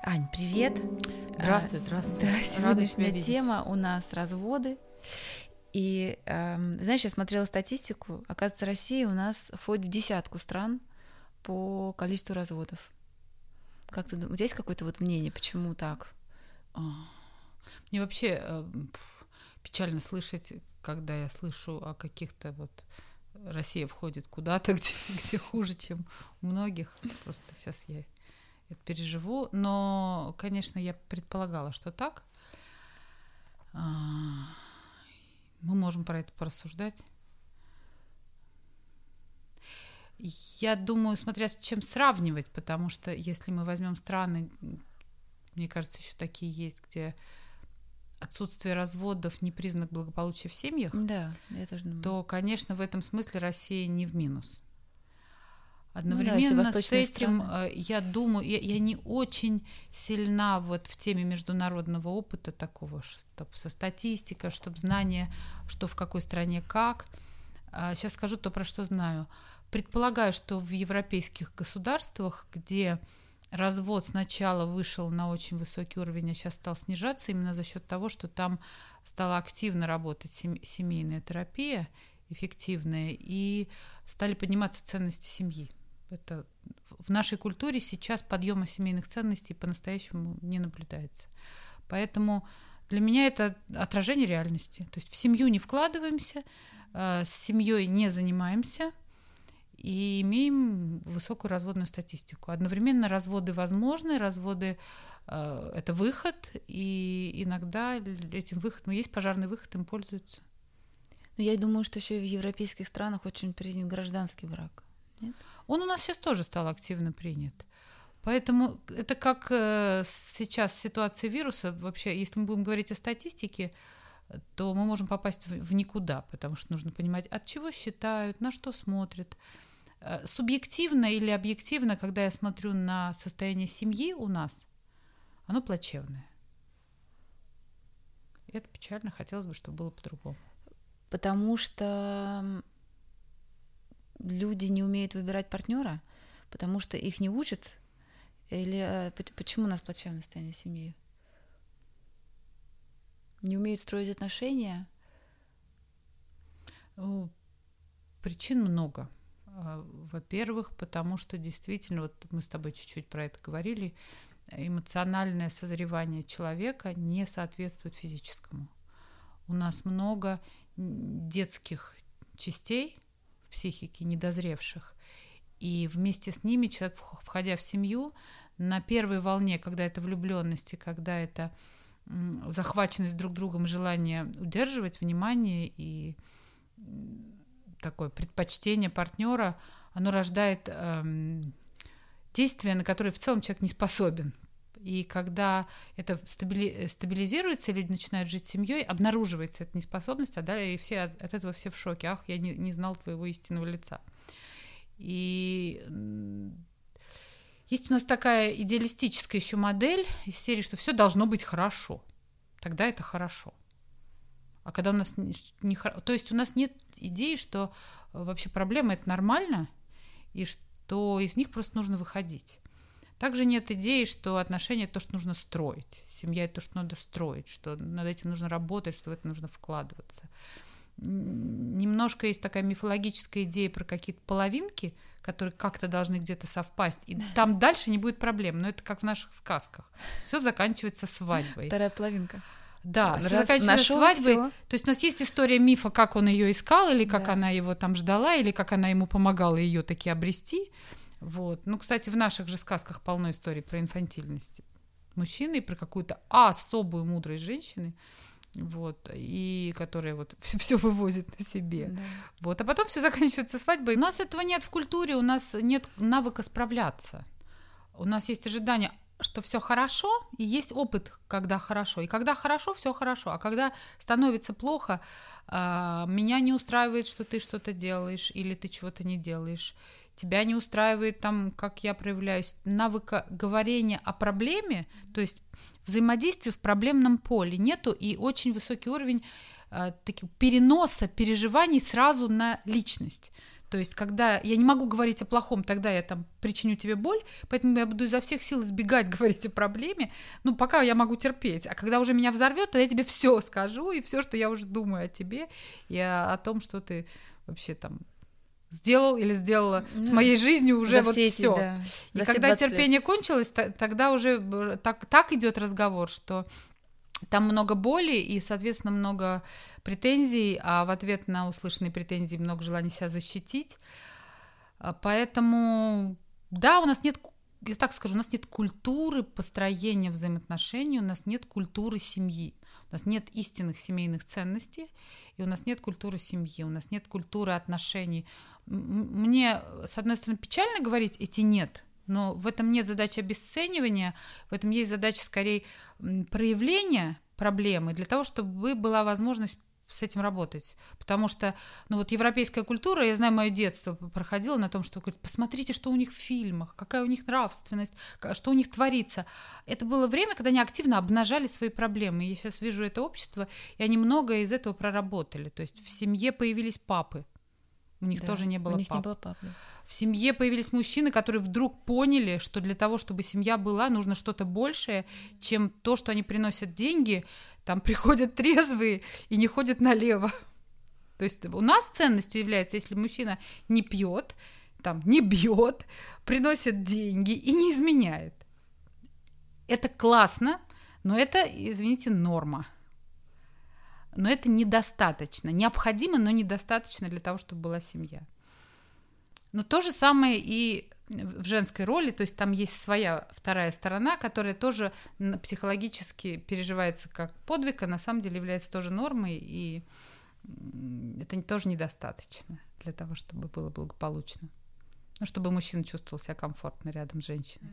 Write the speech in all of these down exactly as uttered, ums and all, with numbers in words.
Ань, привет. Здравствуй, здравствуй. Да, сегодняшняя тема у нас разводы. И, э, знаешь, я смотрела статистику, оказывается, Россия у нас входит в десятку стран по количеству разводов. Как ты думаешь, у тебя есть какое-то вот мнение, почему так? Мне вообще э, печально слышать, когда я слышу о каких-то вот Россия входит куда-то, где, где хуже, чем у многих. Просто сейчас я это переживу. Но, конечно, я предполагала, что так. Мы можем про это порассуждать. Я думаю, смотря с чем сравнивать, потому что если мы возьмем страны, мне кажется, еще такие есть, где отсутствие разводов не признак благополучия в семьях, да, я тоже думаю. То, конечно, в этом смысле Россия не в минус. Одновременно ну да, с этим, страны. я думаю, я, я не очень сильна вот в теме международного опыта такого, чтобы со статистикой, чтобы знание, что в какой стране как. Сейчас скажу то, про что знаю. Предполагаю, что в европейских государствах, где развод сначала вышел на очень высокий уровень, а сейчас стал снижаться именно за счет того, что там стала активно работать семейная терапия, эффективная, и стали подниматься ценности семьи. Это в нашей культуре сейчас подъема семейных ценностей по-настоящему не наблюдается. Поэтому для меня это отражение реальности. То есть в семью не вкладываемся, с семьей не занимаемся и имеем высокую разводную статистику. Одновременно разводы возможны, разводы э, это выход, и иногда этим выходом, есть пожарный выход, им пользуются. Но я думаю, что еще и в европейских странах очень принят гражданский брак. Нет? Он у нас сейчас тоже стал активно принят. Поэтому это как э, сейчас ситуация вируса. Вообще, если мы будем говорить о статистике, то мы можем попасть в, в никуда, потому что нужно понимать, от чего считают, на что смотрят. Субъективно или объективно, когда я смотрю на состояние семьи у нас, оно плачевное. И это печально, хотелось бы, чтобы было по-другому. Потому что люди не умеют выбирать партнера, потому что их не учат, или почему у нас плачевное состояние семьи? Не умеют строить отношения? Причин много. Во-первых, потому что действительно, вот мы с тобой чуть-чуть про это говорили, эмоциональное созревание человека не соответствует физическому. У нас много детских частей в психике, недозревших, и вместе с ними человек, входя в семью, на первой волне, когда это влюбленность, когда это захваченность друг другом, желание удерживать внимание и такое предпочтение партнера, оно рождает эм, действия, на которые в целом человек не способен. И когда это стабили- стабилизируется, люди начинают жить с семьей, обнаруживается эта неспособность, а далее и все от, от этого все в шоке. Ах, я не, не знал твоего истинного лица. И есть у нас такая идеалистическая еще модель из серии, что все должно быть хорошо. Тогда это хорошо. А когда у нас не, не... То есть у нас нет идеи, что вообще проблема — это нормально, и что из них просто нужно выходить. Также нет идеи, что отношения — это то, что нужно строить. Семья — это то, что надо строить, что над этим нужно работать, что в это нужно вкладываться. Немножко есть такая мифологическая идея про какие-то половинки, которые как-то должны где-то совпасть, и там дальше не будет проблем. Но это как в наших сказках. Все заканчивается свадьбой. Вторая половинка. Да, все заканчивается свадьбой. Всё. То есть у нас есть история мифа, как он ее искал, или как да. она его там ждала, или как она ему помогала ее таки обрести. Вот. Ну, кстати, в наших же сказках полно историй про инфантильность мужчины и про какую-то особую мудрость женщины, вот, и которая вот все вывозит на себе. Да. Вот. А потом все заканчивается свадьбой. У нас этого нет в культуре, у нас нет навыка справляться. У нас есть ожидание, что все хорошо, и есть опыт, когда хорошо. И когда хорошо, все хорошо. А когда становится плохо, э, меня не устраивает, что ты что-то делаешь, или ты чего-то не делаешь. Тебя не устраивает там, как я проявляюсь. Навыка говорения о проблеме, то есть взаимодействия в проблемном поле нету, и очень высокий уровень такого переноса переживаний сразу на личность. То есть, когда я не могу говорить о плохом, тогда я там причиню тебе боль, поэтому я буду изо всех сил избегать говорить о проблеме, ну, пока я могу терпеть. А когда уже меня взорвет, то я тебе все скажу, и все, что я уже думаю о тебе, и о, о том, что ты вообще там сделал или сделала ну, с моей жизнью, уже вот все. Да. И когда терпение лет. кончилось, т- тогда уже так, так идет разговор, что там много боли и, соответственно, много претензий, а в ответ на услышанные претензии много желания себя защитить. Поэтому, да, у нас нет, я так скажу, у нас нет культуры построения взаимоотношений, у нас нет культуры семьи, у нас нет истинных семейных ценностей, и у нас нет культуры семьи, у нас нет культуры отношений. Мне, с одной стороны, печально говорить эти «нет», но в этом нет задачи обесценивания, в этом есть задача скорее проявления проблемы для того, чтобы была возможность с этим работать. Потому что, ну вот европейская культура, я знаю, мое детство проходило на том, что говорит, посмотрите, что у них в фильмах, какая у них нравственность, что у них творится. Это было время, когда они активно обнажали свои проблемы. И я сейчас вижу это общество, и они многое из этого проработали. То есть в семье появились папы. У них да, тоже не было у них пап. Не было пап, да. В семье появились мужчины, которые вдруг поняли, что для того, чтобы семья была, нужно что-то большее, чем то, что они приносят деньги, там приходят трезвые и не ходят налево. То есть у нас ценностью является, если мужчина не пьет, там, не бьет, приносит деньги и не изменяет. Это классно, но это, извините, норма. Но это недостаточно. Необходимо, но недостаточно для того, чтобы была семья. Но то же самое и в женской роли, то есть там есть своя вторая сторона, которая тоже психологически переживается как подвиг, а на самом деле является тоже нормой, и это тоже недостаточно для того, чтобы было благополучно. Ну, чтобы мужчина чувствовал себя комфортно рядом с женщиной.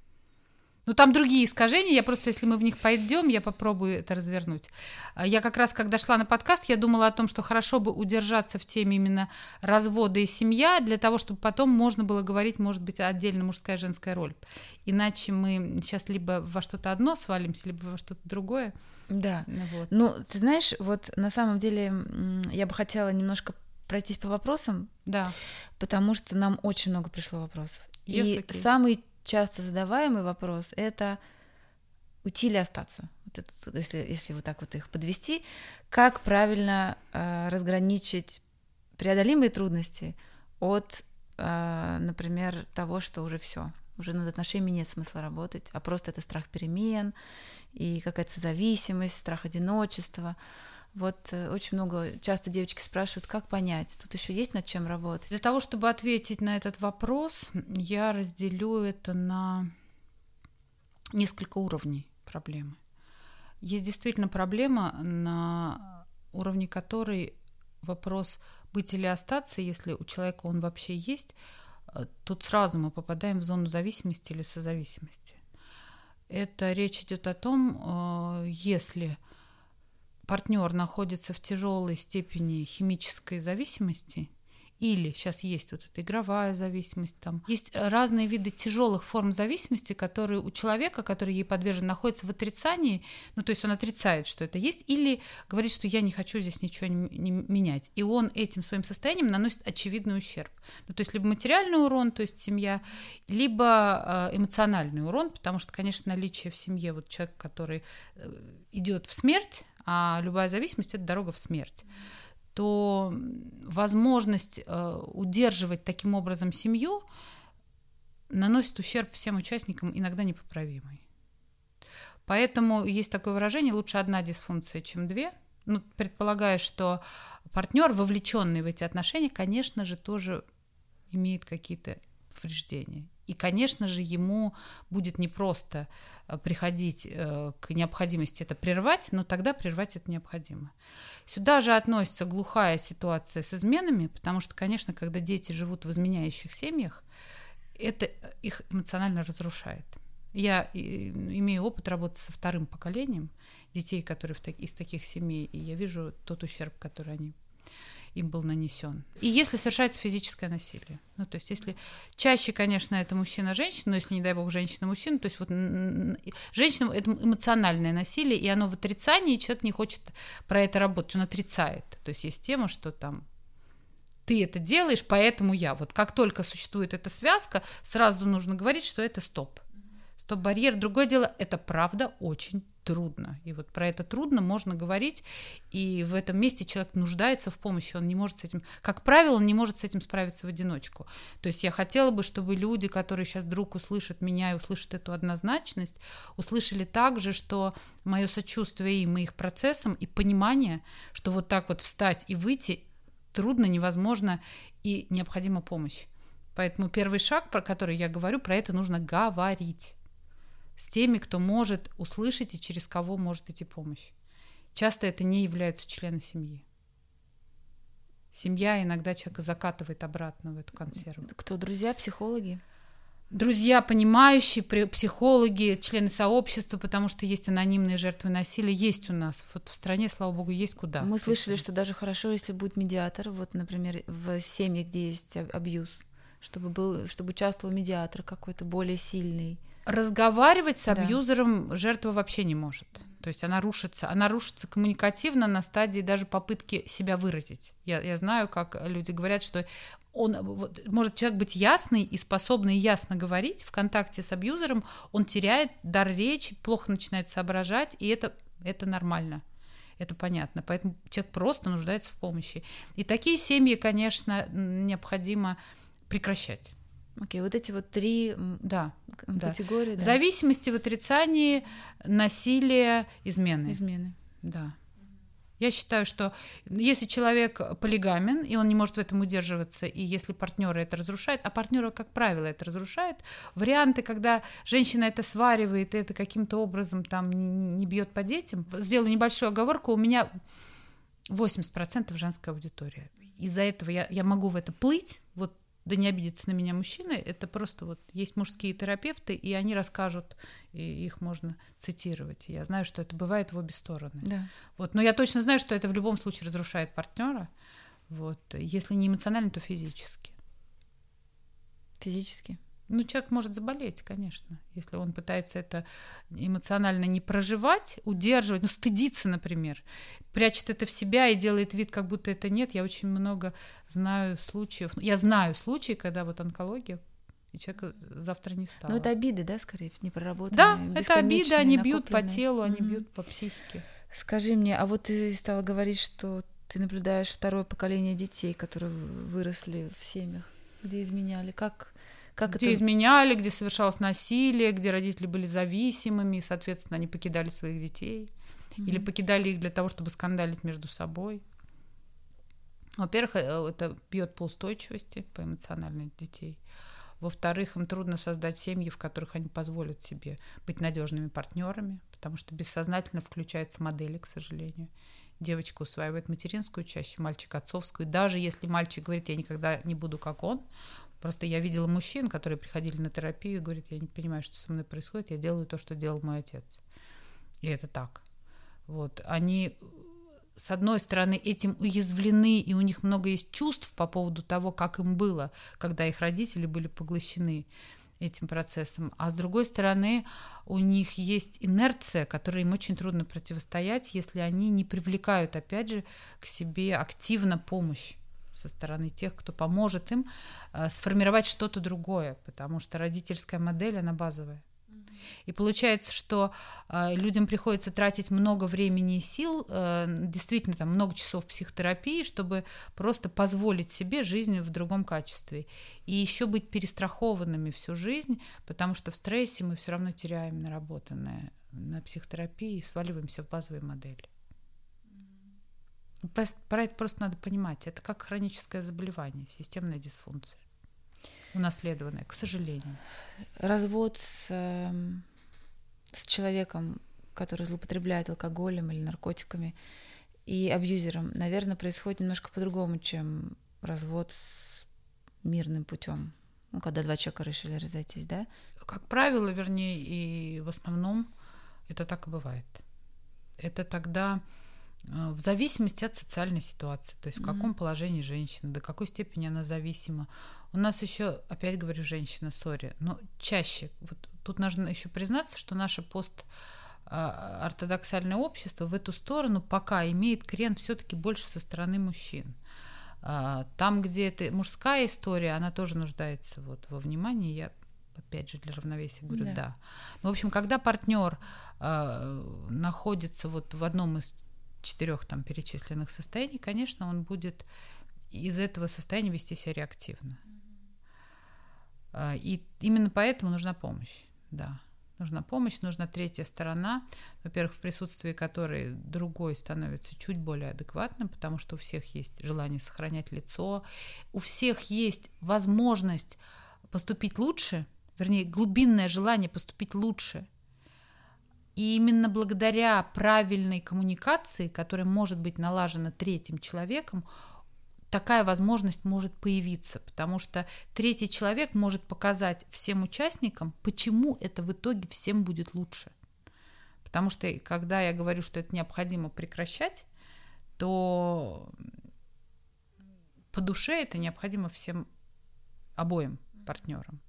Ну, там другие искажения, я просто, если мы в них пойдем, я попробую это развернуть. Я как раз, когда шла на подкаст, я думала о том, что хорошо бы удержаться в теме именно развода и семья, для того, чтобы потом можно было говорить, может быть, отдельно мужская и женская роль. Иначе мы сейчас либо во что-то одно свалимся, либо во что-то другое. Да, вот. Ну, ты знаешь, вот на самом деле я бы хотела немножко пройтись по вопросам, да. Потому что нам очень много пришло вопросов. Yes, и okay. самый часто задаваемый вопрос — это уйти или остаться. Вот это, если, если вот так вот их подвести, как правильно э, разграничить преодолимые трудности от, э, например, того, что уже все, уже над отношениями нет смысла работать, а просто это страх перемен и какая-то зависимость, страх одиночества. Вот э, очень много, часто девочки спрашивают, как понять, тут еще есть над чем работать? Для того, чтобы ответить на этот вопрос, я разделю это на несколько уровней проблемы. Есть действительно проблема, на уровне которой вопрос быть или остаться, если у человека он вообще есть, тут сразу мы попадаем в зону зависимости или созависимости. Это речь идет о том, если партнер находится в тяжелой степени химической зависимости, или сейчас есть вот эта игровая зависимость, там есть разные виды тяжелых форм зависимости, которые у человека, который ей подвержен, находится в отрицании, ну то есть он отрицает, что это есть, или говорит, что я не хочу здесь ничего не, не менять, и он этим своим состоянием наносит очевидный ущерб. Ну, то есть либо материальный урон, то есть семья, либо эмоциональный урон, потому что, конечно, наличие в семье вот человека, который идет в смерть, а любая зависимость — это дорога в смерть, то возможность э, удерживать таким образом семью наносит ущерб всем участникам, иногда непоправимый. Поэтому есть такое выражение: лучше одна дисфункция, чем две. Ну, предполагая, что партнер, вовлеченный в эти отношения, конечно же, тоже имеет какие-то повреждения. И, конечно же, ему будет непросто приходить к необходимости это прервать, но тогда прервать это необходимо. Сюда же относится глухая ситуация с изменами, потому что, конечно, когда дети живут в изменяющих семьях, это их эмоционально разрушает. Я имею опыт работы со вторым поколением детей, которые из таких семей, и я вижу тот ущерб, который они им был нанесен. И если совершается физическое насилие. Ну, то есть, если чаще, конечно, это мужчина-женщина, но если, не дай бог, женщина-мужчина, то есть вот женщина — это эмоциональное насилие, и оно в отрицании, и человек не хочет про это работать, он отрицает. То есть есть тема, что там ты это делаешь, поэтому я. Вот как только существует эта связка, сразу нужно говорить, что это стоп. Стоп-барьер. Другое дело, это правда очень трудно. И вот про это трудно можно говорить, и в этом месте человек нуждается в помощи, он не может с этим, как правило, он не может с этим справиться в одиночку. То есть я хотела бы, чтобы люди, которые сейчас вдруг услышат меня и услышат эту однозначность, услышали также, что мое сочувствие им и их процессам, и понимание, что вот так вот встать и выйти трудно, невозможно, и необходима помощь. Поэтому первый шаг, про который я говорю, про это нужно говорить с теми, кто может услышать и через кого может идти помощь. Часто это не являются члены семьи. Семья иногда человека закатывает обратно в эту консерву. Кто? Друзья, психологи? Друзья, понимающие, психологи, члены сообщества, потому что есть анонимные жертвы насилия, есть у нас. Вот в стране, слава богу, есть куда. Мы слышали, что даже хорошо, если будет медиатор, вот, например, в семьях, где есть абьюз, чтобы был, чтобы участвовал медиатор какой-то более сильный. Разговаривать с абьюзером да. жертва вообще не может. То есть она рушится. Она рушится коммуникативно на стадии даже попытки себя выразить. Я, я знаю, как люди говорят, что он, вот, может человек быть ясный и способный ясно говорить в контакте с абьюзером, он теряет дар речи, плохо начинает соображать, и это, это нормально. Это понятно. Поэтому человек просто нуждается в помощи. И такие семьи, конечно, необходимо прекращать. Окей, okay, вот эти вот три да, категории. Да. Да. Зависимости в отрицании, насилие, измены. Измены. Да. Я считаю, что если человек полигамен, и он не может в этом удерживаться, и если партнера это разрушает, а партнера, как правило, это разрушает, варианты, когда женщина это сваривает, и это каким-то образом там не бьет по детям. Сделаю небольшую оговорку, у меня восемьдесят процентов женская аудитория. Из-за этого я, я могу в это плыть, вот да не обидятся на меня мужчины, это просто вот есть мужские терапевты, и они расскажут, и их можно цитировать. Я знаю, что это бывает в обе стороны. Да. Вот, но я точно знаю, что это в любом случае разрушает партнера. Вот, если не эмоционально, то физически. Физически? Ну, человек может заболеть, конечно, если он пытается это эмоционально не проживать, удерживать, ну, стыдиться, например, прячет это в себя и делает вид, как будто это нет. Я очень много знаю случаев, я знаю случаи, когда вот онкология, и человека завтра не стало. Ну, это обиды, да, скорее, непроработанные, да, это обиды, они бьют по телу, они mm-hmm. бьют по психике. Скажи мне, а вот ты стала говорить, что ты наблюдаешь второе поколение детей, которые выросли в семьях, где изменяли, как... Как где это... изменяли, где совершалось насилие, где родители были зависимыми, и, соответственно, они покидали своих детей mm-hmm. или покидали их для того, чтобы скандалить между собой. Во-первых, это бьет по устойчивости, по эмоциональной детей. Во-вторых, им трудно создать семьи, в которых они позволят себе быть надежными партнерами, потому что бессознательно включаются модели, к сожалению. Девочка усваивает материнскую чаще, мальчик отцовскую. И даже если мальчик говорит, я никогда не буду как он, просто я видела мужчин, которые приходили на терапию и говорят, я не понимаю, что со мной происходит, я делаю то, что делал мой отец. И это так. Вот. Они, с одной стороны, этим уязвлены, и у них много есть чувств по поводу того, как им было, когда их родители были поглощены этим процессом. А с другой стороны, у них есть инерция, которой им очень трудно противостоять, если они не привлекают, опять же, к себе активно помощь со стороны тех, кто поможет им э, сформировать что-то другое, потому что родительская модель, она базовая. Mm-hmm. И получается, что э, людям приходится тратить много времени и сил, э, действительно там много часов психотерапии, чтобы просто позволить себе жизнь в другом качестве. И еще быть перестрахованными всю жизнь, потому что в стрессе мы все равно теряем наработанное на психотерапии и сваливаемся в базовые модели. Про, про это просто надо понимать. Это как хроническое заболевание, системная дисфункция, унаследованная, к сожалению. Развод с, с человеком, который злоупотребляет алкоголем или наркотиками, и абьюзером, наверное, происходит немножко по-другому, чем развод с мирным путем. Ну, когда два человека решили разойтись, да? Как правило, вернее, и в основном это так и бывает. Это тогда в зависимости от социальной ситуации, то есть в каком mm-hmm. положении женщина, до какой степени она зависима. У нас еще, опять говорю, женщина, сори, но чаще, вот тут нужно еще признаться, что наше постортодоксальное общество в эту сторону пока имеет крен все-таки больше со стороны мужчин. Там, где это мужская история, она тоже нуждается вот во внимании, я опять же для равновесия говорю да. да. Ну, в общем, когда партнер находится вот в одном из четырех там перечисленных состояний, конечно, он будет из этого состояния вести себя реактивно. Mm-hmm. И именно поэтому нужна помощь, да. Нужна помощь, нужна третья сторона, во-первых, в присутствии которой другой становится чуть более адекватным, потому что у всех есть желание сохранять лицо, у всех есть возможность поступить лучше, вернее, глубинное желание поступить лучше. И именно благодаря правильной коммуникации, которая может быть налажена третьим человеком, такая возможность может появиться, потому что третий человек может показать всем участникам, почему это в итоге всем будет лучше. Потому что когда я говорю, что это необходимо прекращать, то по душе это необходимо всем обоим партнерам.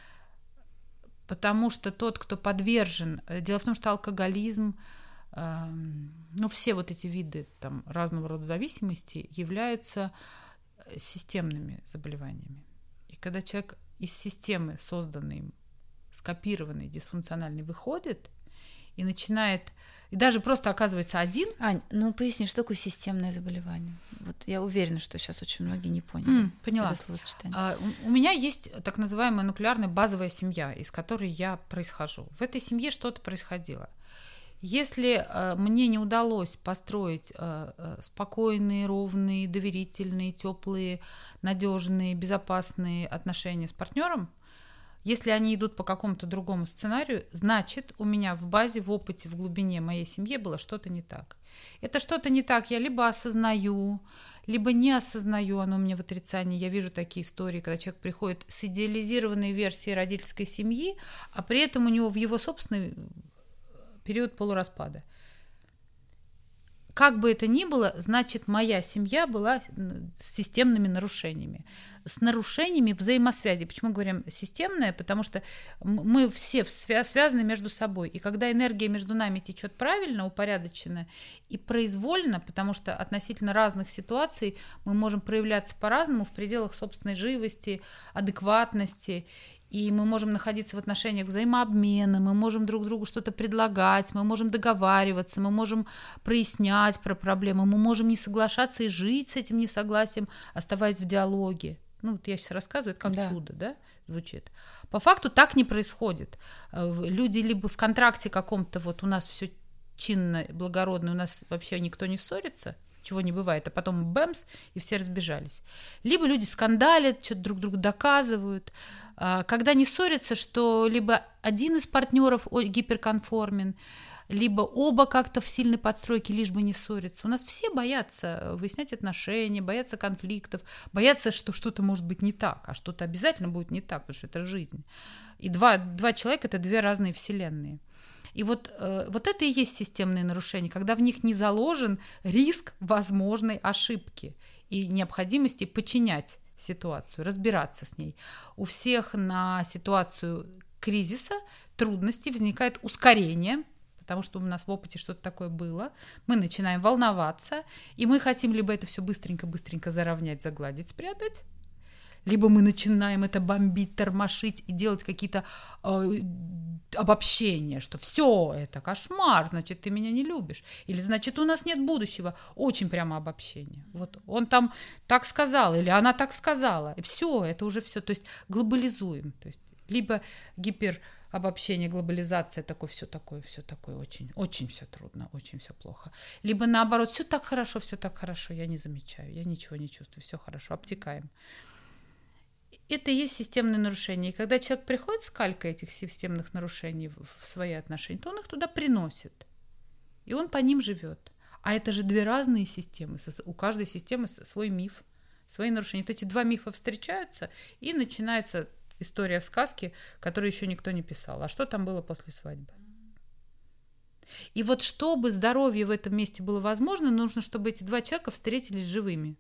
Потому что тот, кто подвержен... Дело в том, что алкоголизм, э, ну, все вот эти виды там, разного рода зависимости являются системными заболеваниями. И когда человек из системы, созданной им, скопированной, дисфункциональной, выходит и начинает... И даже просто оказывается один... Ань, ну поясни, что такое системное заболевание? Вот я уверена, что сейчас очень многие не поняли. Mm, поняла. Это словосочетание. А, у, у меня есть так называемая нуклеарная базовая семья, из которой я происхожу. В этой семье что-то происходило. Если а, мне не удалось построить а, а, спокойные, ровные, доверительные, теплые, надежные, безопасные отношения с партнером, если они идут по какому-то другому сценарию, значит, у меня в базе, в опыте, в глубине моей семьи было что-то не так. Это что-то не так я либо осознаю, либо не осознаю, оно у меня в отрицании. Я вижу такие истории, когда человек приходит с идеализированной версией родительской семьи, а при этом у него в его собственный период полураспада. Как бы это ни было, значит, моя семья была с системными нарушениями. С нарушениями взаимосвязи. Почему говорим системная? Потому что мы все связаны между собой. И когда энергия между нами течет правильно, упорядоченно и произвольно, потому что относительно разных ситуаций мы можем проявляться по-разному в пределах собственной живости, адекватности. И мы можем находиться в отношениях взаимообмена, мы можем друг другу что-то предлагать, мы можем договариваться, мы можем прояснять про проблемы, мы можем не соглашаться и жить с этим несогласием, оставаясь в диалоге. Ну, вот я сейчас рассказываю, это как да. чудо, да, звучит. По факту так не происходит. Люди либо в контракте каком-то, вот у нас все чинно, благородно, у нас вообще никто не ссорится, чего не бывает, а потом бэмс, и все разбежались. Либо люди скандалят, что-то друг другу доказывают. Когда не ссорятся, что либо один из партнеров гиперконформен, либо оба как-то в сильной подстройке, лишь бы не ссориться. У нас все боятся выяснять отношения, боятся конфликтов, боятся, что что-то может быть не так, а что-то обязательно будет не так, потому что это жизнь. И два, два человека – это две разные вселенные. И вот, э, вот это и есть системные нарушения, когда в них не заложен риск возможной ошибки и необходимости подчинять ситуацию, разбираться с ней. У всех на ситуацию кризиса, трудностей возникает ускорение, потому что у нас в опыте что-то такое было. Мы начинаем волноваться, и мы хотим либо это все быстренько-быстренько заровнять, загладить, спрятать, либо мы начинаем это бомбить, тормошить и делать какие-то э, обобщения, что все, это кошмар, значит, ты меня не любишь. Или, значит, у нас нет будущего. Очень прямо обобщение. Вот он там так сказал, или она так сказала. И все, это уже все. То есть глобализуем. То есть либо гиперобобщение, глобализация, такое все такое, все такое, очень, очень все трудно, очень все плохо. Либо наоборот, все так хорошо, все так хорошо, я не замечаю, я ничего не чувствую, все хорошо, обтекаем. Это и есть системные нарушения. И когда человек приходит с калькой этих системных нарушений в свои отношения, то он их туда приносит. И он по ним живет. А это же две разные системы. У каждой системы свой миф, свои нарушения. Вот эти два мифа встречаются, и начинается история в сказке, которую еще никто не писал. А что там было после свадьбы? И вот чтобы здоровье в этом месте было возможно, нужно, чтобы эти два человека встретились живыми.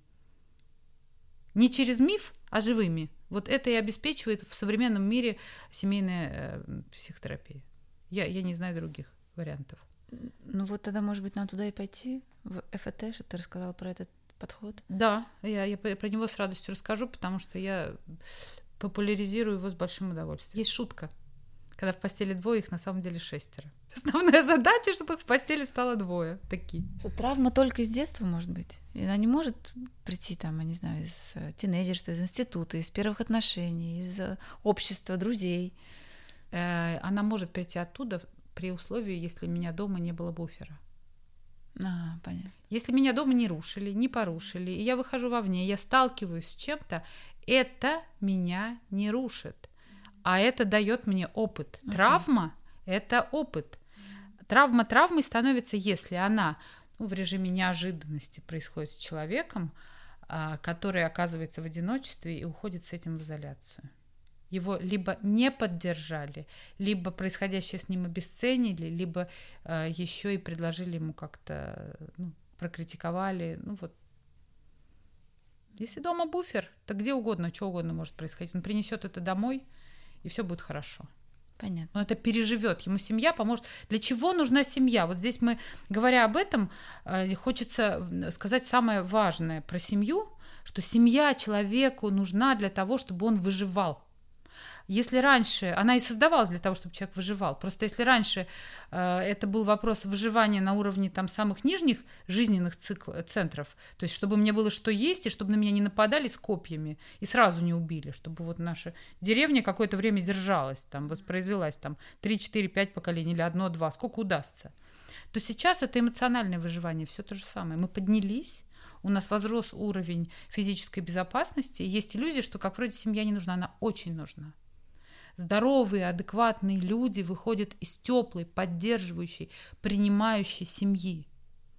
Не через миф, а живыми. Вот это и обеспечивает в современном мире семейная э, психотерапия. Я, я не знаю других вариантов. Ну вот тогда, может быть, нам туда и пойти, в эф э тэ, чтобы ты рассказала про этот подход. Да, я, я про него с радостью расскажу, потому что я популяризирую его с большим удовольствием. Есть шутка, когда в постели двое, их на самом деле шестеро. Основная задача, чтобы их в постели стало двое. Такие. Что травма только из детства, может быть? И она не может прийти, там, я не знаю, из тинейджерства, из института, из первых отношений, из общества, друзей. Э, она может прийти оттуда при условии, если меня дома не было буфера. А, понятно. Если меня дома не рушили, не порушили, и я выхожу вовне, я сталкиваюсь с чем-то, это меня не рушит. А это дает мне опыт. Okay. Травма – это опыт. Травма травмой становится, если она ну, в режиме неожиданности происходит с человеком, который оказывается в одиночестве и уходит с этим в изоляцию. Его либо не поддержали, либо происходящее с ним обесценили, либо э, еще и предложили ему как-то, ну, прокритиковали. Ну вот. Если дома буфер, то где угодно, что угодно может происходить. Он принесет это домой, и все будет хорошо. Понятно. Он это переживет, ему семья поможет. Для чего нужна семья? Вот здесь мы, говоря об этом, э, хочется сказать самое важное про семью, что семья человеку нужна для того, чтобы он выживал. Если раньше, она и создавалась для того, чтобы человек выживал, просто если раньше э, это был вопрос выживания на уровне там, самых нижних жизненных цикл, центров, то есть чтобы мне было что есть, и чтобы на меня не нападали с копьями и сразу не убили, чтобы вот наша деревня какое-то время держалась, там, воспроизвелась там три, четыре, пять поколений или одно-два, сколько удастся, то сейчас это эмоциональное выживание, все то же самое. Мы поднялись, у нас возрос уровень физической безопасности, и есть иллюзия, что как вроде семья не нужна, она очень нужна. Здоровые, адекватные люди выходят из теплой, поддерживающей, принимающей семьи.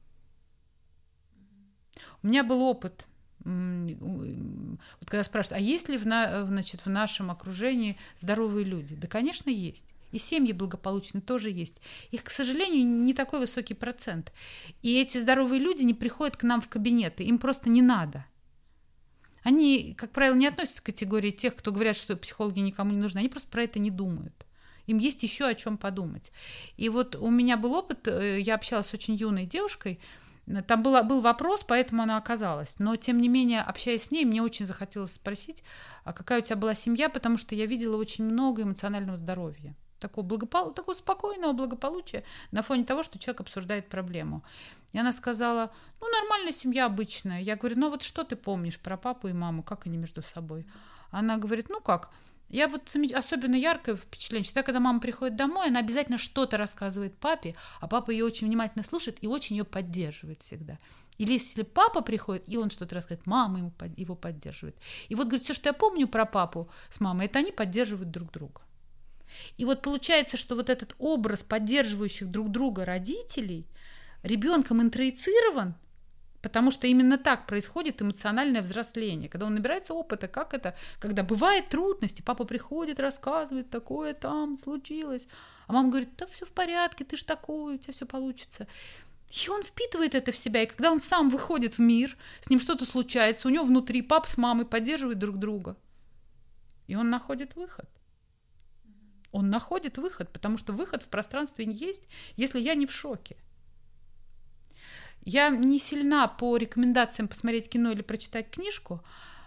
У меня был опыт, вот когда спрашивают, а есть ли в, на, значит, в нашем окружении здоровые люди? Да, конечно, есть. И семьи благополучные тоже есть. Их, к сожалению, не такой высокий процент. И эти здоровые люди не приходят к нам в кабинеты, им просто не надо. Они, как правило, не относятся к категории тех, кто говорят, что психологи никому не нужны. Они просто про это не думают. Им есть еще о чем подумать. И вот у меня был опыт, я общалась с очень юной девушкой, там была, был вопрос, поэтому она оказалась. Но, тем не менее, общаясь с ней, мне очень захотелось спросить, а какая у тебя была семья, потому что я видела очень много эмоционального здоровья. Такого, благопол... такого спокойного благополучия на фоне того, что человек обсуждает проблему. И она сказала, ну, нормальная семья обычная. Я говорю, ну, вот что ты помнишь про папу и маму, как они между собой? Она говорит, ну, как? Я вот особенно яркое впечатление, всегда, когда мама приходит домой, она обязательно что-то рассказывает папе, а папа ее очень внимательно слушает и очень ее поддерживает всегда. Или если папа приходит, и он что-то рассказывает, мама ему, его поддерживает. И вот, говорит, все, что я помню про папу с мамой, это они поддерживают друг друга. И вот получается, что вот этот образ поддерживающих друг друга родителей ребенком интроицирован, потому что именно так происходит эмоциональное взросление, когда он набирается опыта, как это, когда бывают трудности, папа приходит, рассказывает, такое там случилось, а мама говорит, да все в порядке, ты ж такой, у тебя все получится. И он впитывает это в себя, и когда он сам выходит в мир, с ним что-то случается, у него внутри папа с мамой поддерживают друг друга, и он находит выход. Он находит выход, потому что выход в пространстве есть, если я не в шоке. Я не сильна по рекомендациям посмотреть кино или прочитать книжку,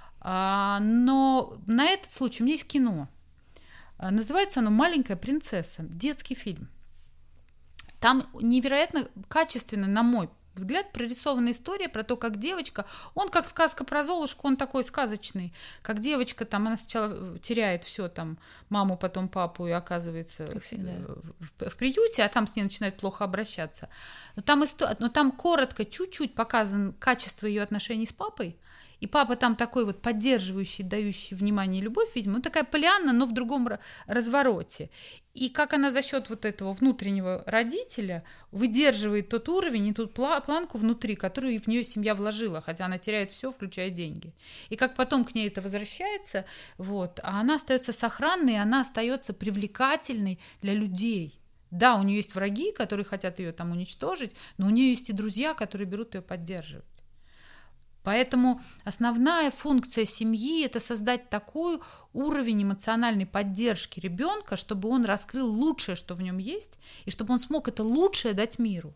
но на этот случай у меня есть кино. Называется оно «Маленькая принцесса», детский фильм. Там невероятно качественно, на мой взгляд, прорисованная история про то, как девочка, он как сказка про Золушку, он такой сказочный, как девочка, там, она сначала теряет все, там, маму, потом папу, и оказывается в, в, в приюте, а там с ней начинает плохо обращаться. Но там, исто... Но там коротко, чуть-чуть показано качество ее отношений с папой, и папа там такой вот поддерживающий, дающий внимание и любовь, видимо, ну, такая Полианна, но в другом развороте. И как она за счет вот этого внутреннего родителя выдерживает тот уровень и ту планку внутри, которую в нее семья вложила, хотя она теряет все, включая деньги. И как потом к ней это возвращается, вот, а она остается сохранной, она остается привлекательной для людей. Да, у нее есть враги, которые хотят ее там уничтожить, но у нее есть и друзья, которые берут ее поддерживать. Поэтому основная функция семьи – это создать такой уровень эмоциональной поддержки ребенка, чтобы он раскрыл лучшее, что в нем есть, и чтобы он смог это лучшее дать миру.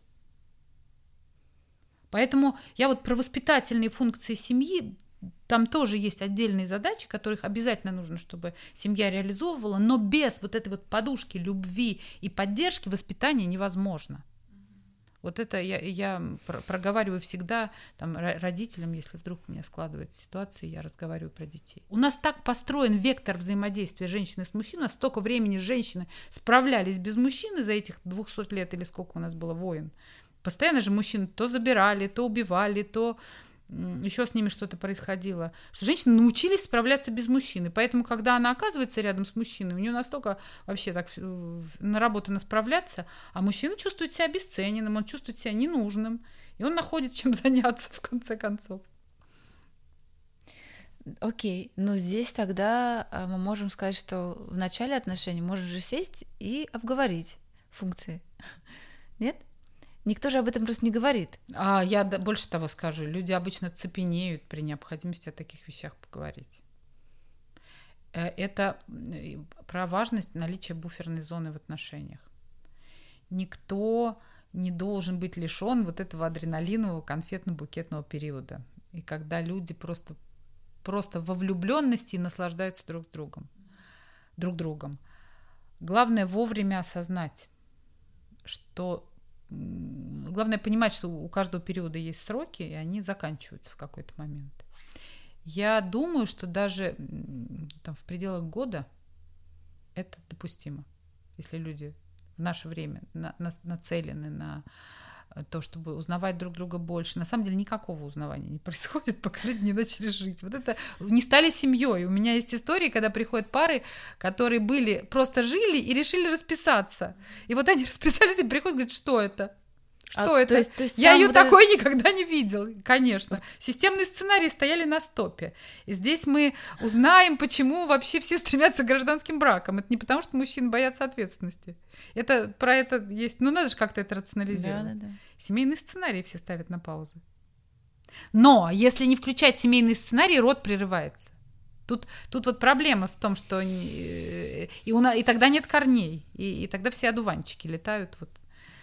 Поэтому я вот про воспитательные функции семьи, там тоже есть отдельные задачи, которых обязательно нужно, чтобы семья реализовывала, но без вот этой вот подушки любви и поддержки воспитание невозможно. Вот это я, я проговариваю всегда там, родителям, если вдруг у меня складывается ситуация, я разговариваю про детей. У нас так построен вектор взаимодействия женщины с мужчиной, столько времени женщины справлялись без мужчины за этих двухсот лет или сколько у нас было войн. Постоянно же мужчин то забирали, то убивали, то еще с ними что-то происходило, что женщины научились справляться без мужчины. Поэтому, когда она оказывается рядом с мужчиной, у нее настолько вообще так наработано справляться, а мужчина чувствует себя обесцененным, он чувствует себя ненужным, и он находит чем заняться в конце концов. Окей, но здесь тогда мы можем сказать, что в начале отношений можно же сесть и обговорить функции. Нет? Никто же об этом просто не говорит. А я больше того скажу. Люди обычно цепенеют при необходимости о таких вещах поговорить. Это про важность наличия буферной зоны в отношениях. Никто не должен быть лишен вот этого адреналинового конфетно-букетного периода. И когда люди просто, просто во влюбленности наслаждаются друг другом, друг другом. Главное вовремя осознать, что главное понимать, что у каждого периода есть сроки, и они заканчиваются в какой-то момент. Я думаю, что даже там, в пределах года это допустимо, если люди в наше время на, на, нацелены на то, чтобы узнавать друг друга больше. На самом деле никакого узнавания не происходит, пока люди не начали жить. Вот это не стали семьей. У меня есть истории, когда приходят пары, которые были, просто жили и решили расписаться. И вот они расписались и приходят, говорят, что это? Что а, это? То есть, то есть Я ее вот такой это... никогда не видел, конечно. Системные сценарии стояли на стопе. И здесь мы узнаем, почему вообще все стремятся к гражданским бракам. Это не потому, что мужчины боятся ответственности. Это про это есть. Ну, надо же как-то это рационализировать. Да, да, да. Семейные сценарии все ставят на паузу. Но если не включать семейные сценарии, род прерывается. Тут, тут вот проблема в том, что и, у нас, и тогда нет корней, и, и тогда все одуванчики летают вот.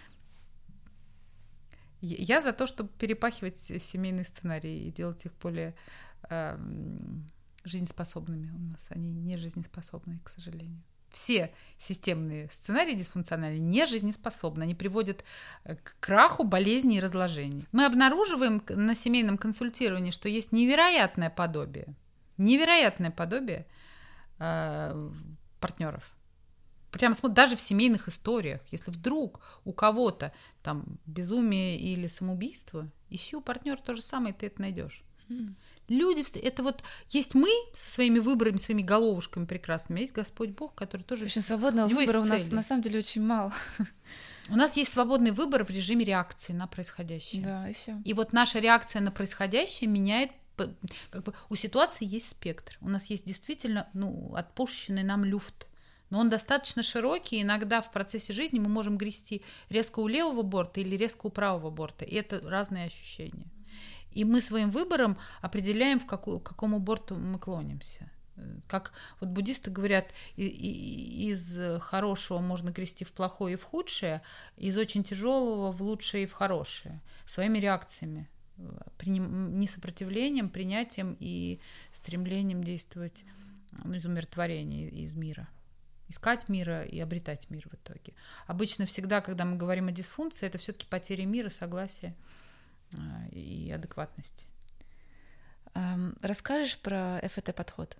Я за то, чтобы перепахивать семейные сценарии и делать их более э, жизнеспособными. У нас они не жизнеспособны, к сожалению. Все системные сценарии дисфункциональные не жизнеспособны. Они приводят к краху, болезни и разложению. Мы обнаруживаем на семейном консультировании, что есть невероятное подобие, невероятное подобие э, партнеров. Прямо даже в семейных историях, если вдруг у кого-то там безумие или самоубийство, ищи у партнера то же самое, ты это найдешь. Mm. Люди, это вот есть мы со своими выборами, своими головушками прекрасными, а есть Господь Бог, который тоже... В общем, свободного выбора у нас на самом деле очень мало. У нас есть свободный выбор в режиме реакции на происходящее. Да, и все. И вот наша реакция на происходящее меняет, как бы у ситуации есть спектр. У нас есть действительно ну, отпущенный нам люфт. Но он достаточно широкий, иногда в процессе жизни мы можем грести резко у левого борта или резко у правого борта, и это разные ощущения. И мы своим выбором определяем, в какую, к какому борту мы клонимся. Как вот буддисты говорят, из хорошего можно грести в плохое и в худшее, из очень тяжелого в лучшее и в хорошее, своими реакциями, не сопротивлением, принятием и стремлением действовать из умиротворения, из мира. Искать мира и обретать мир в итоге. Обычно всегда, когда мы говорим о дисфункции, это все-таки потеря мира, согласия и адекватности. Расскажешь про эф тэ подход?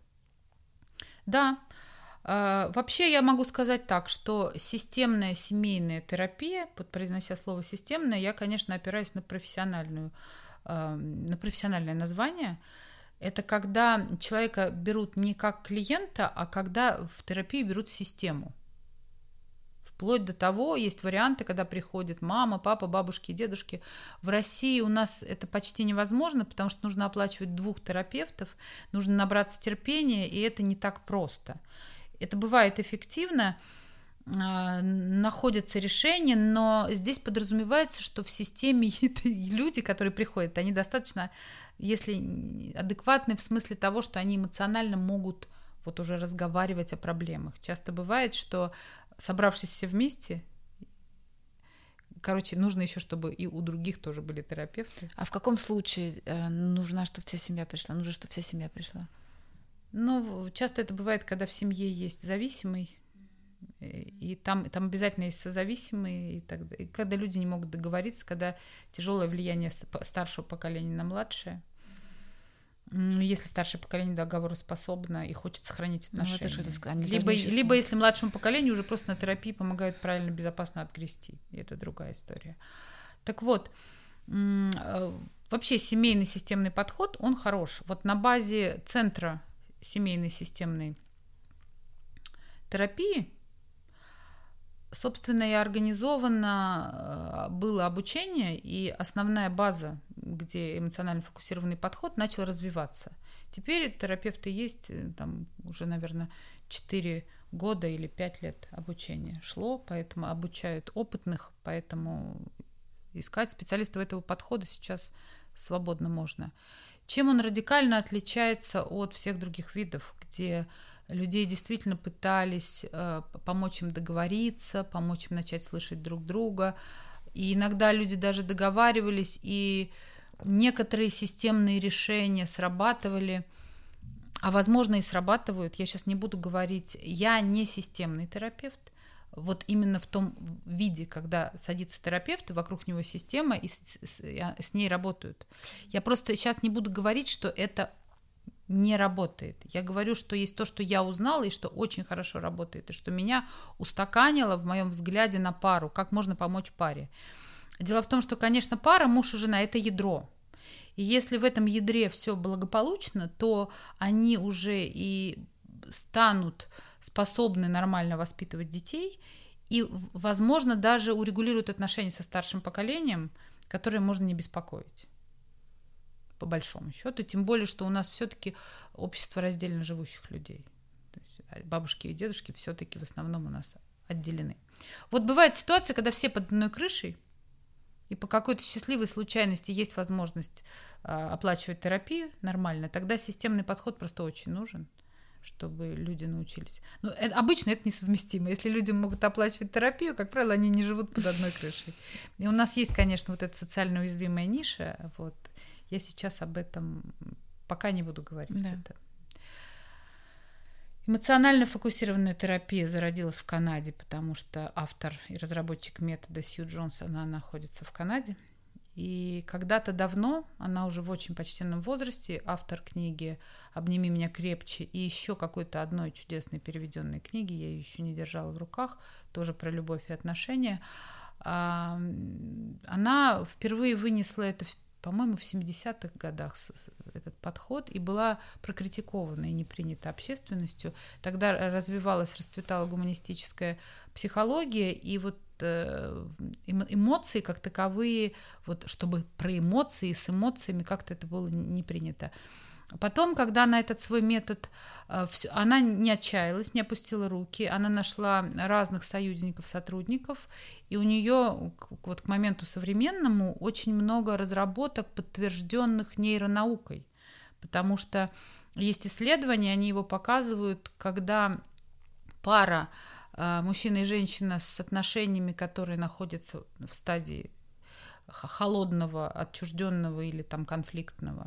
Да. Вообще я могу сказать так, что системная семейная терапия, под произнося слово системная, я, конечно, опираюсь на профессиональную, на профессиональное название. Это когда человека берут не как клиента, а когда в терапию берут систему. Вплоть до того, есть варианты, когда приходит мама, папа, бабушки, дедушки. В России у нас это почти невозможно, потому что нужно оплачивать двух терапевтов, нужно набраться терпения, и это не так просто. Это бывает эффективно, находятся решения, но здесь подразумевается, что в системе люди, которые приходят, они достаточно, если адекватны в смысле того, что они эмоционально могут вот уже разговаривать о проблемах. Часто бывает, что, собравшись все вместе, короче, нужно еще, чтобы и у других тоже были терапевты. А в каком случае э, нужна, чтобы вся семья пришла? Нужно, чтобы вся семья пришла? Ну, часто это бывает, когда в семье есть зависимый, и там, там обязательно есть созависимые, и, так, и когда люди не могут договориться, когда тяжелое влияние старшего поколения на младшее. Если старшее поколение договороспособно и хочет сохранить отношения. Ну, это что, либо, либо если младшему поколению уже просто на терапии помогают правильно, безопасно отгрести. И это другая история. Так вот, вообще семейный системный подход, он хорош. Вот на базе центра семейной системной терапии, собственно, и организовано было обучение, и основная база, где эмоционально фокусированный подход, начал развиваться. Теперь терапевты есть, там уже, наверное, четыре года или пять лет обучения шло, поэтому обучают опытных, поэтому искать специалистов этого подхода сейчас свободно можно. Чем он радикально отличается от всех других видов, где людей действительно пытались э, помочь им договориться, помочь им начать слышать друг друга. И иногда люди даже договаривались, и некоторые системные решения срабатывали, а возможно и срабатывают. Я сейчас не буду говорить, я не системный терапевт. Вот именно в том виде, когда садится терапевт, и вокруг него система, и с, с, с ней работают. Я просто сейчас не буду говорить, что это не работает. Я говорю, что есть то, что я узнала, и что очень хорошо работает, и что меня устаканило в моем взгляде на пару, как можно помочь паре. Дело в том, что, конечно, пара, муж и жена – это ядро. И если в этом ядре все благополучно, то они уже и станут способны нормально воспитывать детей и, возможно, даже урегулируют отношения со старшим поколением, которое можно не беспокоить. По большому счету, тем более, что у нас все-таки общество раздельно живущих людей. То есть бабушки и дедушки все-таки в основном у нас отделены. Вот бывает ситуация, когда все под одной крышей, и по какой-то счастливой случайности есть возможность а, оплачивать терапию нормально, тогда системный подход просто очень нужен, чтобы люди научились. Но это, обычно это несовместимо. Если люди могут оплачивать терапию, как правило, они не живут под одной крышей. И у нас есть, конечно, вот эта социально уязвимая ниша, вот. Я сейчас об этом пока не буду говорить. Да. Это. Эмоционально фокусированная терапия зародилась в Канаде, потому что автор и разработчик метода Сью Джонс, она находится в Канаде. И когда-то давно, она уже в очень почтенном возрасте, автор книги «Обними меня крепче» и еще какой-то одной чудесной переведенной книги, я ее еще не держала в руках, тоже про любовь и отношения, она впервые вынесла это в по-моему, в семидесятых годах этот подход, и была прокритикована и не принята общественностью. Тогда развивалась, расцветала гуманистическая психология, и вот эмоции как таковые, вот чтобы про эмоции, с эмоциями как-то это было не принято. Потом, когда она этот свой метод, она не отчаялась, не опустила руки, она нашла разных союзников, сотрудников, и у нее вот к моменту современному очень много разработок, подтвержденных нейронаукой, потому что есть исследования, они его показывают, когда пара, мужчина и женщина с отношениями, которые находятся в стадии холодного, отчужденного или там конфликтного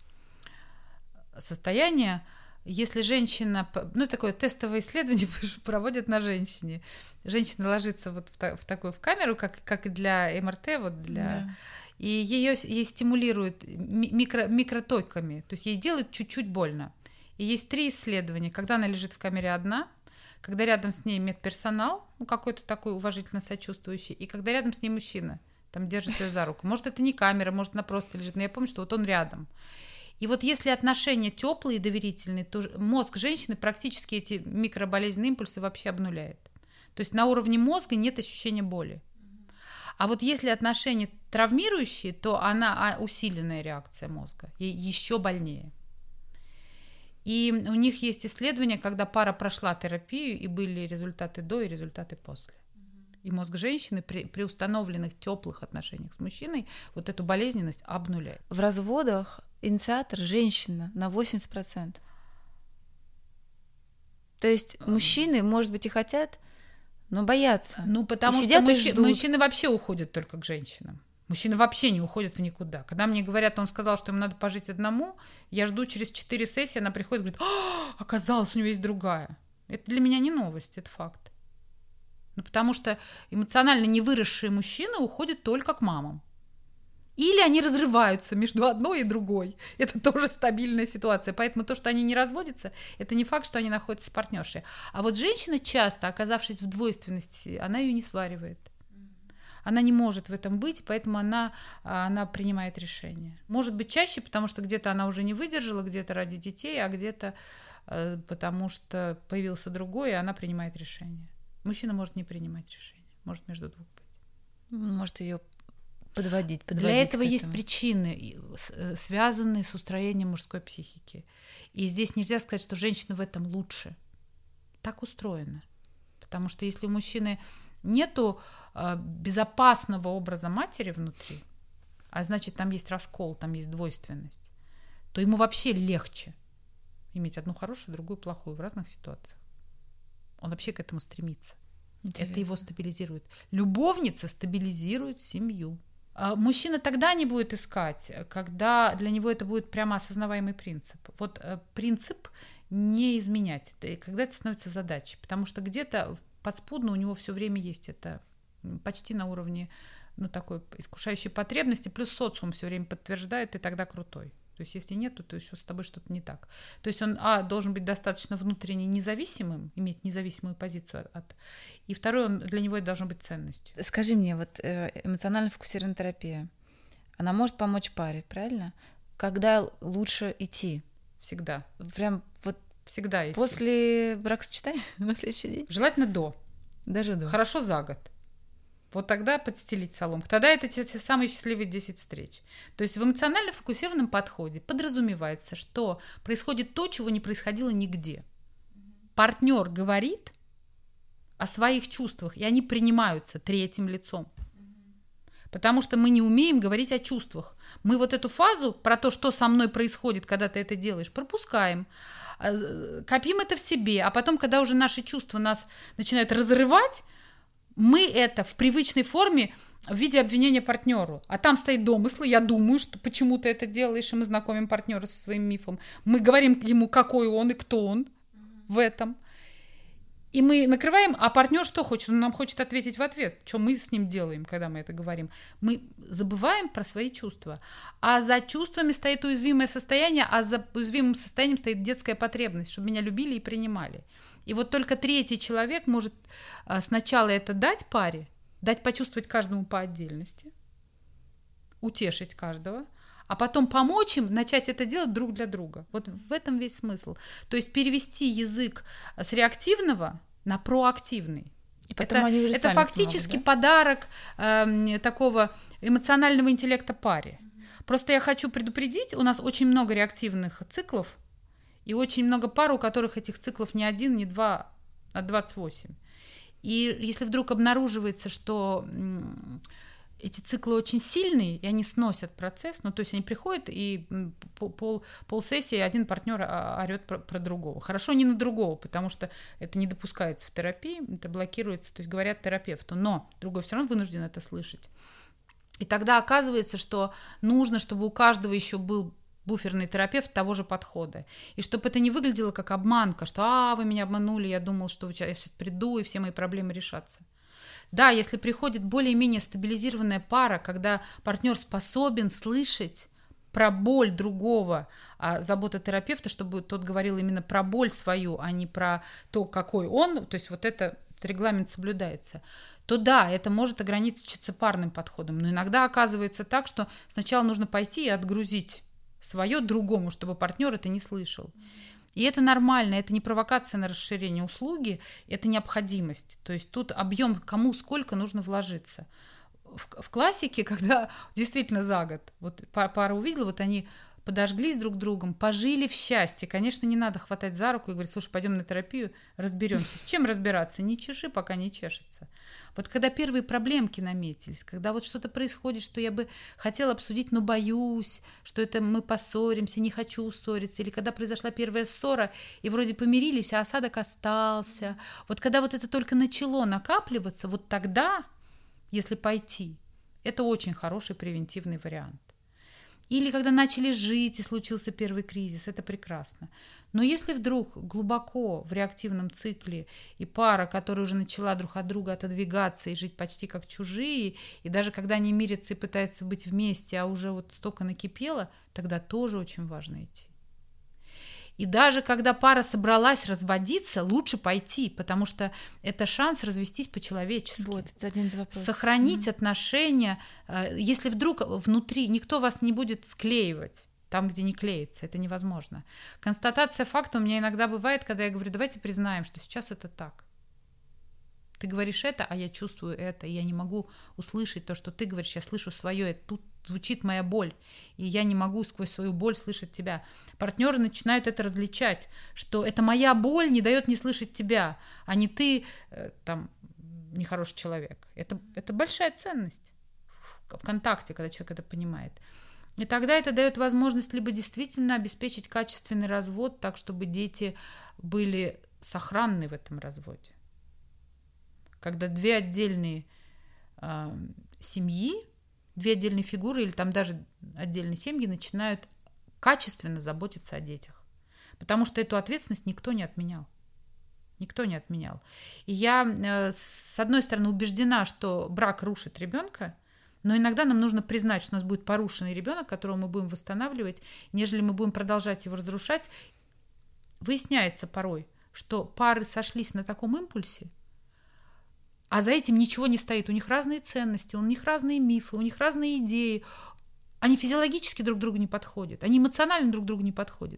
состояние, если женщина, ну, такое тестовое исследование проводят на женщине. Женщина ложится вот в, та, в такую в камеру, как, как и для эм эр тэ, вот для... Да. И ее ей стимулируют микро, микротоками, то есть ей делают чуть-чуть больно. И есть три исследования, когда она лежит в камере одна, когда рядом с ней медперсонал, ну, какой-то такой уважительно сочувствующий, и когда рядом с ней мужчина, там держит ее за руку. Может, это не камера, может, она просто лежит, но я помню, что вот он рядом. И вот если отношения теплые и доверительные, то мозг женщины практически эти микроболезненные импульсы вообще обнуляет. То есть на уровне мозга нет ощущения боли. А вот если отношения травмирующие, то она усиленная реакция мозга, ей еще больнее. И у них есть исследования, когда пара прошла терапию, и были результаты до и результаты после. И мозг женщины при, при установленных теплых отношениях с мужчиной вот эту болезненность обнуляет. В разводах инициатор женщина на восемьдесят процентов. То есть мужчины, может быть, и хотят, но боятся. Ну, потому что мужчи, мужчины вообще уходят только к женщинам. Мужчины вообще не уходят в никуда. Когда мне говорят, он сказал, что ему надо пожить одному, я жду через четыре сессии, она приходит и говорит: «А, оказалось, у него есть другая». Это для меня не новость, это факт. Ну, потому что эмоционально невыросшие мужчины уходят только к мамам. Или они разрываются между одной и другой. Это тоже стабильная ситуация. Поэтому то, что они не разводятся, это не факт, что они находятся с партнершей. А вот женщина часто, оказавшись в двойственности, она ее не сваривает. Она не может в этом быть, поэтому она, она принимает решение. Может быть, чаще, потому что где-то она уже не выдержала, где-то ради детей, а где-то э, потому что появился другой, и она принимает решение. Мужчина может не принимать решение, может между двух быть. Может ее подводить, подводить. Для этого есть причины, связанные с устроением мужской психики. И здесь нельзя сказать, что женщина в этом лучше. Так устроено. Потому что если у мужчины нету э, безопасного образа матери внутри, а значит, там есть раскол, там есть двойственность, то ему вообще легче иметь одну хорошую, другую плохую в разных ситуациях. Он вообще к этому стремится. Интересно. Это его стабилизирует. Любовница стабилизирует семью. А мужчина тогда не будет искать, когда для него это будет прямо осознаваемый принцип. Вот э, принцип не изменять, когда это становится задачей. Потому что где-то подспудно у него все время есть это почти на уровне, ну, такой искушающей потребности, плюс социум все время подтверждает, и тогда крутой. То есть если нет, то еще с тобой что-то не так. То есть он, а, должен быть достаточно внутренне независимым, иметь независимую позицию от... И второй, он, для него это должно быть ценностью. Скажи мне, вот эмоционально фокусированная терапия, она может помочь паре, правильно? Когда лучше идти? Всегда. Прям вот всегда идти. После бракосочетания на следующий день? Желательно до. Даже до. Хорошо за год. Вот тогда подстелить соломку. Тогда это те, те самые счастливые десять встреч. То есть в эмоционально фокусированном подходе подразумевается, что происходит то, чего не происходило нигде. Партнер говорит о своих чувствах, и они принимаются третьим лицом. Потому что мы не умеем говорить о чувствах. Мы вот эту фазу про то, что со мной происходит, когда ты это делаешь, пропускаем. Копим это в себе. А потом, когда уже наши чувства нас начинают разрывать, мы это в привычной форме в виде обвинения партнеру. А там стоит домысл, я думаю, что почему ты это делаешь, и мы знакомим партнера со своим мифом. Мы говорим ему, какой он и кто он mm-hmm. в этом. И мы накрываем, а партнер что хочет? Он нам хочет ответить в ответ. Что мы с ним делаем, когда мы это говорим? Мы забываем про свои чувства. А за чувствами стоит уязвимое состояние, а за уязвимым состоянием стоит детская потребность, чтобы меня любили и принимали. И вот только третий человек может сначала это дать паре, дать почувствовать каждому по отдельности, утешить каждого, а потом помочь им начать это делать друг для друга. Вот в этом весь смысл. То есть перевести язык с реактивного на проактивный. И потом это, они уже это фактически смогут, да? подарок э, такого эмоционального интеллекта паре. Просто я хочу предупредить, у нас очень много реактивных циклов, и очень много пар, у которых этих циклов не один, не два, а двадцать восемь. И если вдруг обнаруживается, что эти циклы очень сильные, и они сносят процесс, ну, то есть они приходят, и пол, пол сессии один партнер орет про, про другого. Хорошо не на другого, потому что это не допускается в терапии, это блокируется, то есть говорят терапевту, но другой все равно вынужден это слышать. И тогда оказывается, что нужно, чтобы у каждого еще был буферный терапевт того же подхода. И чтобы это не выглядело как обманка, что «а, вы меня обманули, я думал, что я сейчас приду, и все мои проблемы решатся». Да, если приходит более-менее стабилизированная пара, когда партнер способен слышать про боль другого, а забота терапевта, чтобы тот говорил именно про боль свою, а не про то, какой он, то есть вот это, этот регламент соблюдается, то да, это может ограничиться парным подходом. Но иногда оказывается так, что сначала нужно пойти и отгрузить свое другому, чтобы партнер это не слышал. И это нормально, это не провокация на расширение услуги, это необходимость. То есть тут объем, кому сколько нужно вложиться. В, в классике, когда действительно за год, вот пара увидела, вот они подожглись друг другом, пожили в счастье. Конечно, не надо хватать за руку и говорить: слушай, пойдем на терапию, разберемся. С чем разбираться? Не чеши, пока не чешется. Вот когда первые проблемки наметились, когда вот что-то происходит, что я бы хотела обсудить, но боюсь, что это мы поссоримся, не хочу ссориться, или когда произошла первая ссора, и вроде помирились, а осадок остался. Вот когда вот это только начало накапливаться, вот тогда, если пойти, это очень хороший превентивный вариант. Или когда начали жить, и случился первый кризис, это прекрасно. Но если вдруг глубоко в реактивном цикле и пара, которая уже начала друг от друга отодвигаться и жить почти как чужие, и даже когда они мирятся и пытаются быть вместе, а уже вот столько накипело, тогда тоже очень важно идти. И даже когда пара собралась разводиться, лучше пойти, потому что это шанс развестись по-человечески. Вот, это один из вопросов. Сохранить mm-hmm. отношения, если вдруг внутри никто вас не будет склеивать, там, где не клеится, это невозможно. Констатация факта у меня иногда бывает, когда я говорю: давайте признаем, что сейчас это так. Ты говоришь это, а я чувствую это, и я не могу услышать то, что ты говоришь, я слышу свое, тут звучит моя боль, и я не могу сквозь свою боль слышать тебя. Партнеры начинают это различать, что это моя боль не дает мне слышать тебя, а не ты там нехороший человек. Это, это большая ценность в контакте, когда человек это понимает. И тогда это дает возможность либо действительно обеспечить качественный развод так, чтобы дети были сохранны в этом разводе. Когда две отдельные э, семьи, две отдельные фигуры или там даже отдельные семьи начинают качественно заботиться о детях. Потому что эту ответственность никто не отменял. Никто не отменял. И я, э, с одной стороны, убеждена, что брак рушит ребенка, но иногда нам нужно признать, что у нас будет порушенный ребенок, которого мы будем восстанавливать, нежели мы будем продолжать его разрушать. Выясняется порой, что пары сошлись на таком импульсе, а за этим ничего не стоит. У них разные ценности, у них разные мифы, у них разные идеи. Они физиологически друг к другу не подходят, они эмоционально друг к другу не подходят.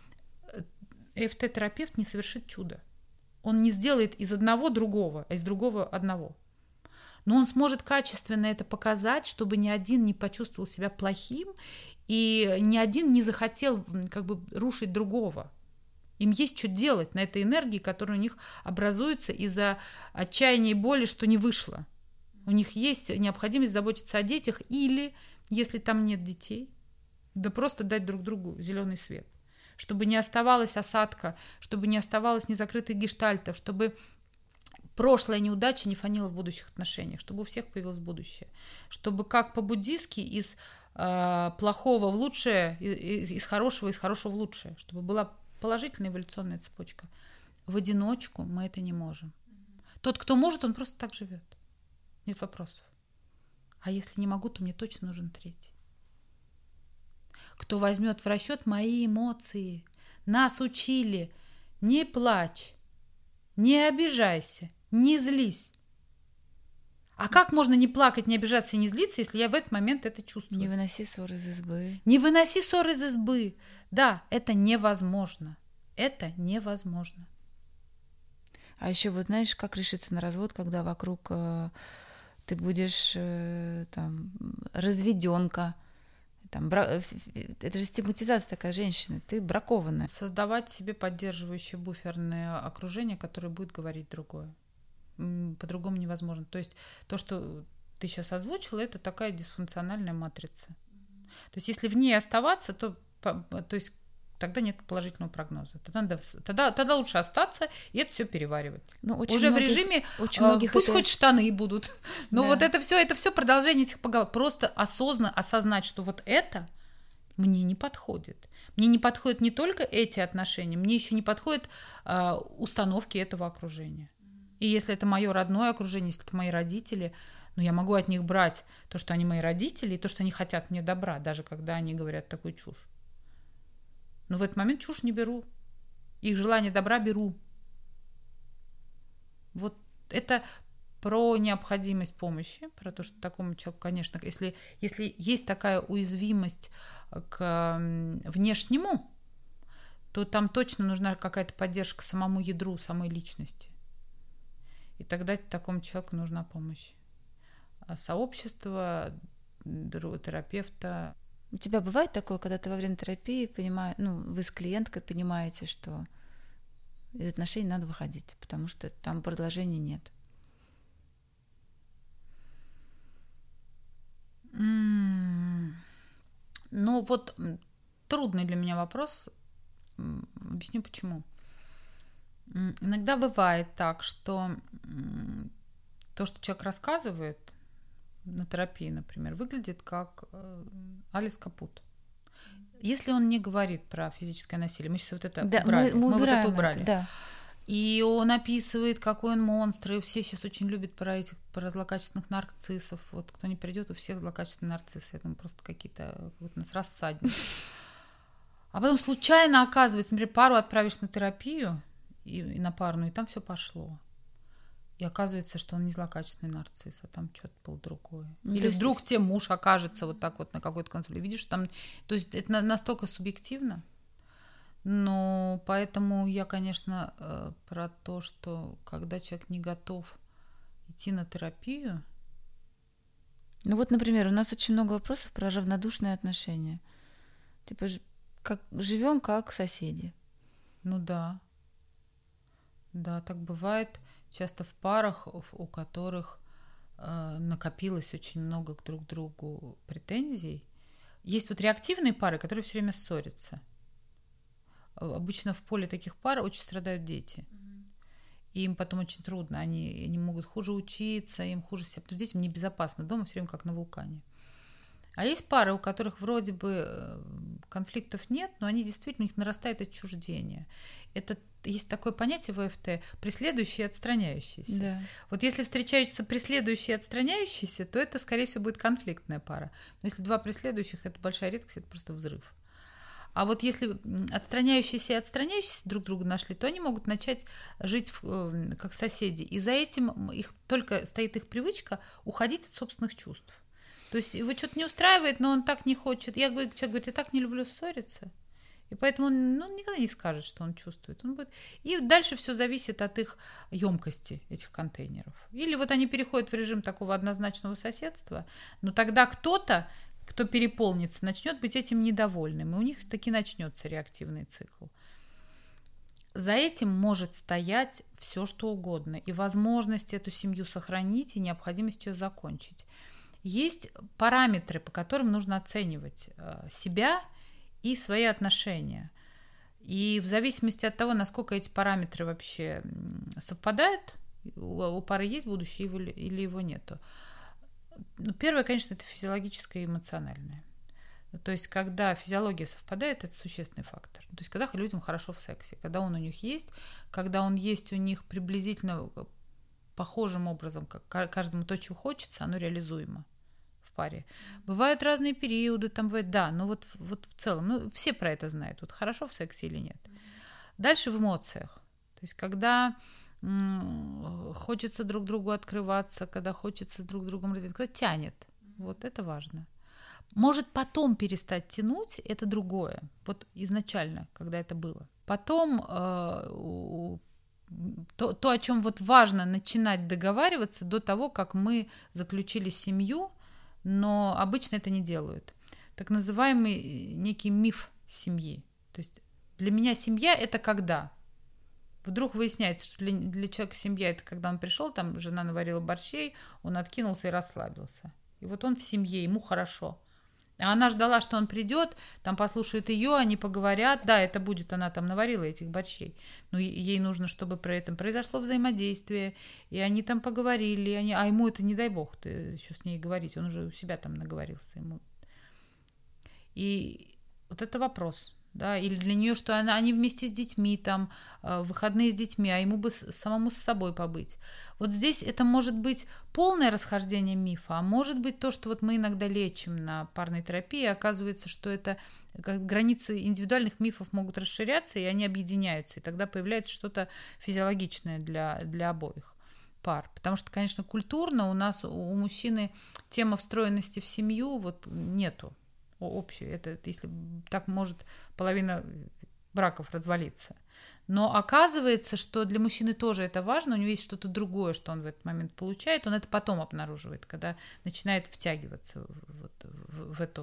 эф тэ-терапевт не совершит чудо. Он не сделает из одного другого, а из другого одного. Но он сможет качественно это показать, чтобы ни один не почувствовал себя плохим и ни один не захотел как бы рушить другого. Им есть что делать на этой энергии, которая у них образуется из-за отчаяния и боли, что не вышло. У них есть необходимость заботиться о детях или, если там нет детей, да просто дать друг другу зеленый свет. Чтобы не оставалось осадка, чтобы не оставалось незакрытых гештальтов, чтобы прошлая неудача не фонила в будущих отношениях, чтобы у всех появилось будущее. Чтобы как по-буддистски из э, плохого в лучшее, из, из хорошего из хорошего в лучшее, чтобы была положительная эволюционная цепочка. В одиночку мы это не можем. Тот, кто может, он просто так живет. Нет вопросов. А если не могу, то мне точно нужен третий. Кто возьмет в расчет мои эмоции. Нас учили: не плачь, не обижайся, не злись. А как можно не плакать, не обижаться и не злиться, если я в этот момент это чувствую? Не выноси ссор из избы. Не выноси ссор из избы. Да, это невозможно. Это невозможно. А еще вот знаешь, как решиться на развод, когда вокруг э, ты будешь э, там разведенка. Там, бра... Это же стигматизация такая женщины. Ты бракованная. Создавать себе поддерживающее буферное окружение, которое будет говорить другое. По-другому невозможно. То есть то, что ты сейчас озвучила, это такая дисфункциональная матрица. То есть если в ней оставаться, то, то есть тогда нет положительного прогноза. Тогда, надо, тогда, тогда лучше остаться и это все переваривать. Но уже многих, в режиме очень многих пусть это... хоть штаны будут. Но да. вот это все, это все продолжение этих поговорок. Просто осознанно осознать, что вот это мне не подходит. Мне не подходят не только эти отношения, мне еще не подходят э, установки этого окружения. И если это мое родное окружение, если это мои родители, ну, я могу от них брать то, что они мои родители, и то, что они хотят мне добра, даже когда они говорят такую чушь. Но в этот момент чушь не беру. Их желание добра беру. Вот это про необходимость помощи, про то, что такому человеку, конечно, если, если есть такая уязвимость к внешнему, то там точно нужна какая-то поддержка самому ядру, самой личности. И тогда такому человеку нужна помощь. А сообщество, терапевта. У тебя бывает такое, когда ты во время терапии понимаешь, ну, вы с клиенткой понимаете, что из отношений надо выходить, потому что там продолжения нет? Mm. Ну, вот трудный для меня вопрос. Объясню почему. Иногда бывает так, что то, что человек рассказывает на терапии, например, выглядит как Алис Капут. Если он не говорит про физическое насилие, мы сейчас вот это да, убрали, мы, мы, мы вот это убрали. Это, да. И он описывает, какой он монстр, и все сейчас очень любят про этих, про злокачественных нарциссов. Вот кто не придет, у всех злокачественные нарциссы. Я думаю, просто какие-то, какой-то у нас рассадник. А потом случайно оказывается, например, пару отправишь на терапию, и, и на парную, и там все пошло. И оказывается, что он не злокачественный нарцисс, а там что-то было другое. Ну, или вдруг есть... тебе муж окажется вот так вот на какой-то консультации. Видишь, там... То есть это настолько субъективно. Но поэтому я, конечно, про то, что когда человек не готов идти на терапию... Ну вот, например, у нас очень много вопросов про равнодушные отношения. Типа, как живем как соседи. Ну да. Да, так бывает часто в парах, у которых э, накопилось очень много друг к другу претензий. Есть вот реактивные пары, которые все время ссорятся. Обычно в поле таких пар очень страдают дети. Mm-hmm. И им потом очень трудно. Они, они могут хуже учиться, им хуже себя. Потому что детям небезопасно дома все время как на вулкане. А есть пары, у которых вроде бы конфликтов нет, но они действительно, у них нарастает отчуждение. Это есть такое понятие в О Эф Т – преследующие и отстраняющиеся. Да. Вот если встречаются преследующие и отстраняющиеся, то это, скорее всего, будет конфликтная пара. Но если два преследующих – это большая редкость, это просто взрыв. А вот если отстраняющиеся и отстраняющиеся друг друга нашли, то они могут начать жить в, как соседи. И за этим их только стоит их привычка уходить от собственных чувств. То есть его что-то не устраивает, но он так не хочет. Я говорю, человек говорит, я так не люблю ссориться. И поэтому он ну, никогда не скажет, что он чувствует. Он будет... И дальше все зависит от их емкости, этих контейнеров. Или вот они переходят в режим такого однозначного соседства, но тогда кто-то, кто переполнится, начнет быть этим недовольным. И у них таки начнется реактивный цикл. За этим может стоять все, что угодно. И возможность эту семью сохранить, и необходимость ее закончить. Есть параметры, по которым нужно оценивать себя и свои отношения. И в зависимости от того, насколько эти параметры вообще совпадают, у пары есть будущее или его нету. Первое, конечно, это физиологическое и эмоциональное. То есть, когда физиология совпадает, это существенный фактор. То есть, когда людям хорошо в сексе, когда он у них есть, когда он есть у них приблизительно похожим образом, как каждому то, чего хочется, оно реализуемо в паре. Бывают разные периоды, там бывает, да, но вот, вот в целом, ну, все про это знают, вот хорошо в сексе или нет. Дальше в эмоциях. То есть, когда м- хочется друг другу открываться, когда хочется друг с другом разделиться, когда тянет, вот это важно. Может потом перестать тянуть, это другое. Вот изначально, когда это было. Потом э, то, то, о чем вот важно начинать договариваться до того, как мы заключили семью, но обычно это не делают. Так называемый некий миф семьи. То есть для меня семья – это когда? Вдруг выясняется, что для, для человека семья – это когда он пришел, там жена наварила борщей, он откинулся и расслабился. И вот он в семье, ему хорошо. А она ждала, что он придет, там послушают ее, они поговорят. Да, это будет, она там наварила этих борщей. Но ей нужно, чтобы при этом произошло взаимодействие, и они там поговорили, и они... а ему это, не дай бог, ты еще с ней говорить, он уже у себя там наговорился. Ему. И вот это вопрос. Да, или для нее, что она, они вместе с детьми, там, выходные с детьми, а ему бы самому с собой побыть. Вот здесь это может быть полное расхождение мифа, а может быть то, что вот мы иногда лечим на парной терапии, оказывается, что это границы индивидуальных мифов могут расширяться, и они объединяются, и тогда появляется что-то физиологичное для, для обоих пар. Потому что, конечно, культурно у нас, у мужчины тема встроенности в семью вот нету. Общее, это, если так может половина браков развалиться. Но оказывается, что для мужчины тоже это важно, у него есть что-то другое, что он в этот момент получает, он это потом обнаруживает, когда начинает втягиваться вот в, в эту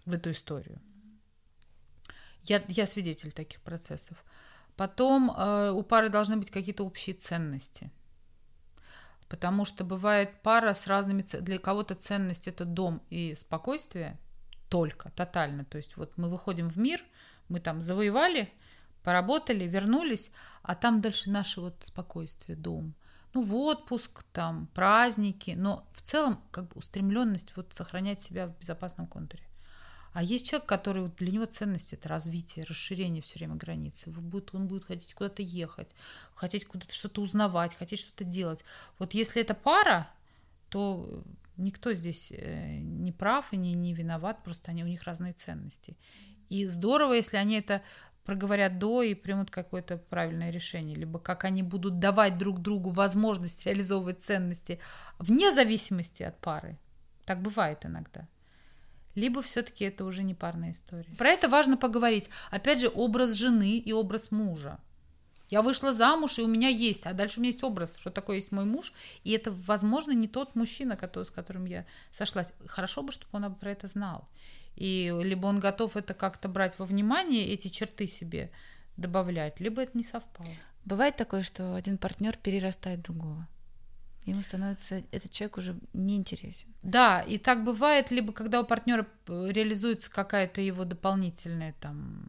в эту историю. Я, я свидетель таких процессов. Потом э, у пары должны быть какие-то общие ценности. Потому что бывает пара с разными... Для кого-то ценность – это дом и спокойствие только, тотально. То есть вот мы выходим в мир, мы там завоевали, поработали, вернулись, а там дальше наше вот спокойствие, дом. Ну, в отпуск, там, праздники. Но в целом как бы устремленность вот сохранять себя в безопасном контуре. А есть человек, который вот для него ценность – это развитие, расширение все время границы. Он будет, он будет хотеть куда-то ехать, хотеть куда-то что-то узнавать, хотеть что-то делать. Вот если это пара, то никто здесь не прав и не, не виноват, просто они, у них разные ценности. И здорово, если они это проговорят до и примут какое-то правильное решение, либо как они будут давать друг другу возможность реализовывать ценности вне зависимости от пары. Так бывает иногда. Либо все-таки это уже не парная история. Про это важно поговорить. Опять же, образ жены и образ мужа. Я вышла замуж, и у меня есть, а дальше у меня есть образ, что такое есть мой муж, и это, возможно, не тот мужчина, который, с которым я сошлась. Хорошо бы, чтобы он про это знал. И либо он готов это как-то брать во внимание, эти черты себе добавлять, либо это не совпало. Бывает такое, что один партнер перерастает другого. Ему становится этот человек уже неинтересен. Да, и так бывает, либо когда у партнера реализуется какая-то его дополнительная там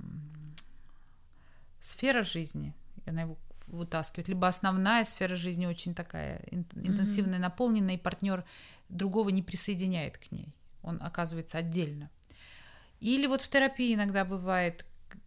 сфера жизни, она его вытаскивает, либо основная сфера жизни очень такая интенсивная, mm-hmm. наполненная, и партнер другого не присоединяет к ней, он оказывается отдельно. Или вот в терапии иногда бывает,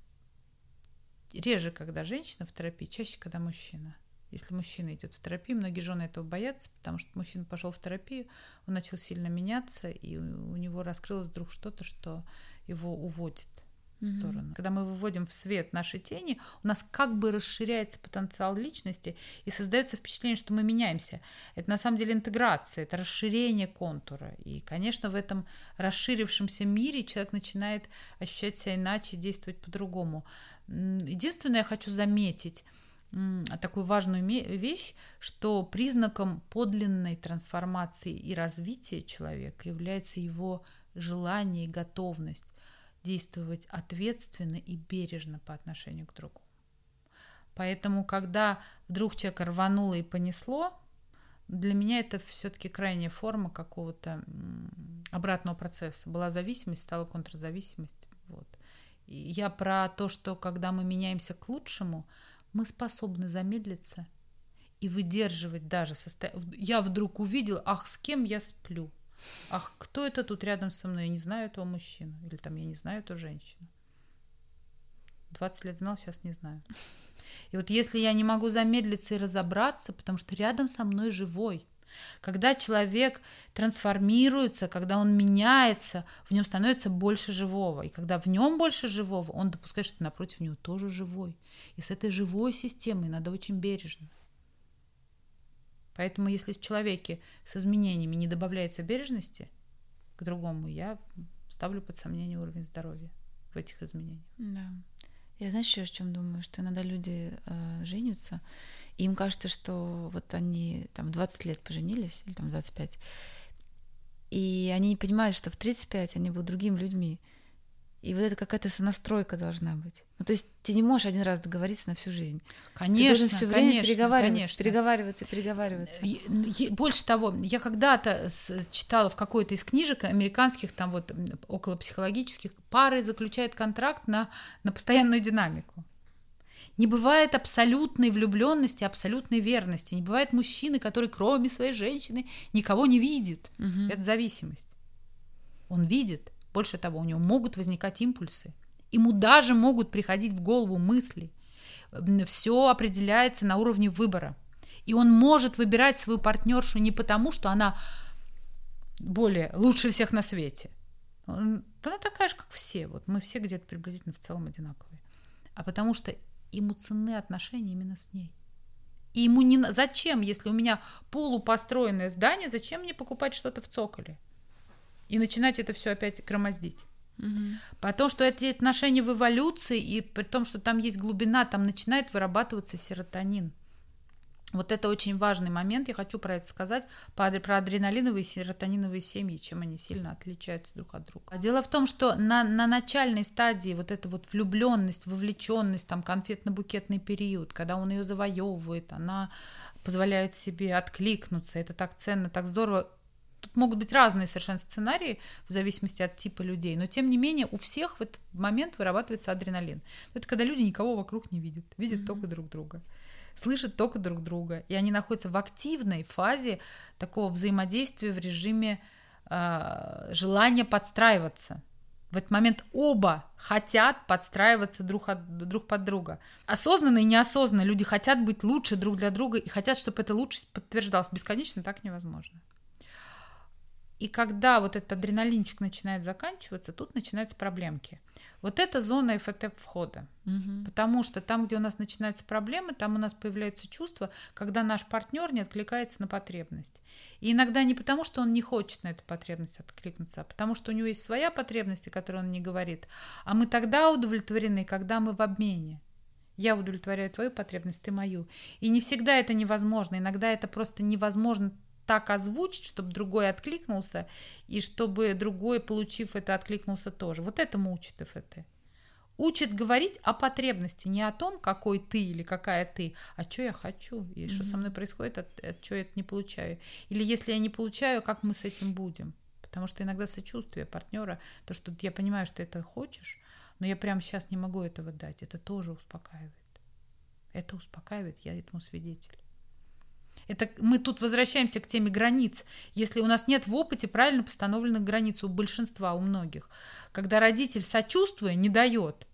реже, когда женщина в терапии, чаще, когда мужчина. Если мужчина идет в терапию, многие жены этого боятся, потому что мужчина пошел в терапию, он начал сильно меняться, и у него раскрылось вдруг что-то, что его уводит в сторону. Mm-hmm. Когда мы выводим в свет наши тени, у нас как бы расширяется потенциал личности, и создается впечатление, что мы меняемся. Это на самом деле интеграция, это расширение контура. И, конечно, в этом расширившемся мире человек начинает ощущать себя иначе, действовать по-другому. Единственное, я хочу заметить, такую важную вещь, что признаком подлинной трансформации и развития человека является его желание и готовность действовать ответственно и бережно по отношению к другому. Поэтому, когда вдруг человека рвануло и понесло, для меня это все-таки крайняя форма какого-то обратного процесса. Была зависимость, стала контрзависимость. Вот. И я про то, что когда мы меняемся к лучшему, мы способны замедлиться и выдерживать даже состояние. Я вдруг увидел, ах, с кем я сплю? Ах, кто это тут рядом со мной? Я не знаю этого мужчину. Или там я не знаю эту женщину. двадцать лет знал, сейчас не знаю. И вот если я не могу замедлиться и разобраться, потому что рядом со мной живой, когда человек трансформируется, когда он меняется, в нем становится больше живого. И когда в нем больше живого, он допускает, что напротив него тоже живой. И с этой живой системой надо очень бережно. Поэтому если в человеке с изменениями не добавляется бережности к другому, я ставлю под сомнение уровень здоровья в этих изменениях. Да. Я, знаешь, еще о чем думаю, что иногда люди э, женятся, и им кажется, что вот они там двадцать лет поженились, или там двадцать пять, и они не понимают, что в тридцать пять они будут другими людьми. И вот это какая-то сонастройка должна быть. Ну, то есть ты не можешь один раз договориться на всю жизнь. Конечно, ты должен все время конечно, переговариваться, конечно. переговариваться, переговариваться. Больше того, я когда-то читала в какой-то из книжек американских, там вот околопсихологических, пары заключают контракт на, на постоянную динамику. Не бывает абсолютной влюбленности, абсолютной верности. Не бывает мужчины, который кроме своей женщины никого не видит. Угу. Это зависимость. Он видит. Больше того, у него могут возникать импульсы. Ему даже могут приходить в голову мысли. Все определяется на уровне выбора. И он может выбирать свою партнершу не потому, что она более лучше всех на свете. Она такая же, как все. Вот мы все где-то приблизительно в целом одинаковые. А потому что ему ценны отношения именно с ней. И ему не... Зачем, если у меня полупостроенное здание, зачем мне покупать что-то в цоколе? И начинать это все опять громоздить. Угу. Потому что эти отношения в эволюции, и при том, что там есть глубина, там начинает вырабатываться серотонин. Вот это очень важный момент, я хочу про это сказать, про адреналиновые и серотониновые семьи, чем они сильно отличаются друг от друга. Дело в том, что на, на начальной стадии вот эта вот влюбленность, вовлеченность, там конфетно-букетный период, когда он ее завоевывает, она позволяет себе откликнуться, это так ценно, так здорово. Тут могут быть разные совершенно сценарии в зависимости от типа людей, но тем не менее у всех в этот момент вырабатывается адреналин. Это когда люди никого вокруг не видят, видят mm-hmm. только друг друга. Слышат только друг друга, и они находятся в активной фазе такого взаимодействия в режиме э, желания подстраиваться. В этот момент оба хотят подстраиваться друг, от, друг под друга. Осознанно и неосознанно люди хотят быть лучше друг для друга и хотят, чтобы эта лучшесть подтверждалась. Бесконечно так невозможно. И когда вот этот адреналинчик начинает заканчиваться, тут начинаются проблемки. Вот это зона эф тэ входа. Угу. Потому что там, где у нас начинаются проблемы, там у нас появляются чувства, когда наш партнер не откликается на потребность. И иногда не потому, что он не хочет на эту потребность откликнуться, а потому что у него есть своя потребность, о которой он не говорит. А мы тогда удовлетворены, когда мы в обмене. Я удовлетворяю твою потребность, ты мою. И не всегда это невозможно. Иногда это просто невозможно так озвучить, чтобы другой откликнулся, и чтобы другой, получив это, откликнулся тоже. Вот этому учит эф тэ. Учит говорить о потребности, не о том, какой ты или какая ты, а что я хочу, и mm-hmm. что со мной происходит, от, от чего я это не получаю. Или если я не получаю, как мы с этим будем. Потому что иногда сочувствие партнера, то, что я понимаю, что ты хочешь, но я прямо сейчас не могу этого дать, это тоже успокаивает. Это успокаивает, я этому свидетель. Это мы тут возвращаемся к теме границ. Если у нас нет в опыте правильно постановленных границ у большинства, у многих, когда родитель, сочувствуя, не дает.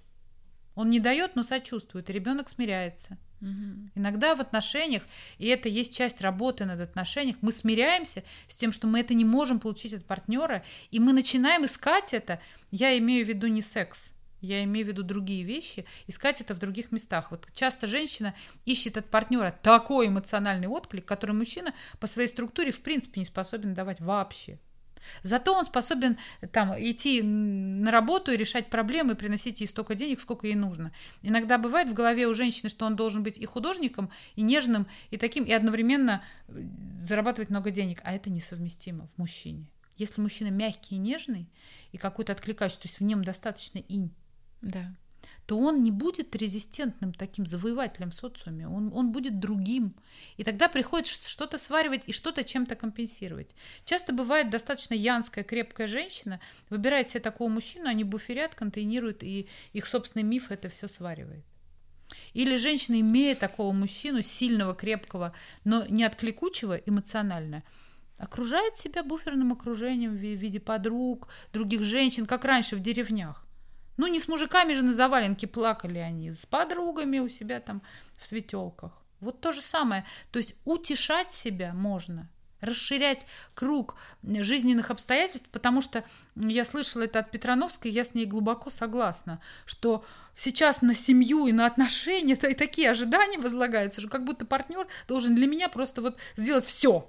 Он не дает, но сочувствует, и ребенок смиряется. Угу. Иногда в отношениях, и это есть часть работы над отношениях, мы смиряемся с тем, что мы это не можем получить от партнера, и мы начинаем искать это. Я имею в виду не секс. Я имею в виду другие вещи, искать это в других местах. Вот часто женщина ищет от партнера такой эмоциональный отклик, который мужчина по своей структуре в принципе не способен давать вообще. Зато он способен там идти на работу и решать проблемы, и приносить ей столько денег, сколько ей нужно. Иногда бывает в голове у женщины, что он должен быть и художником, и нежным, и таким, и одновременно зарабатывать много денег. А это несовместимо в мужчине. Если мужчина мягкий и нежный, и какой-то откликающий, то есть в нем достаточно инь, да, то он не будет резистентным таким завоевателем в социуме, он, он будет другим. И тогда приходится что-то сваривать и что-то чем-то компенсировать. Часто бывает достаточно янская, крепкая женщина, выбирает себе такого мужчину, они буферят, контейнируют, и их собственный миф это все сваривает. Или женщина, имея такого мужчину, сильного, крепкого, но не откликучего эмоционально, окружает себя буферным окружением в виде подруг, других женщин, как раньше в деревнях. Ну, не с мужиками же на заваленке плакали они, с подругами у себя там в светелках. Вот то же самое. То есть утешать себя можно, расширять круг жизненных обстоятельств, потому что я слышала это от Петрановской, я с ней глубоко согласна, что сейчас на семью и на отношения и такие ожидания возлагаются, что как будто партнер должен для меня просто вот сделать все.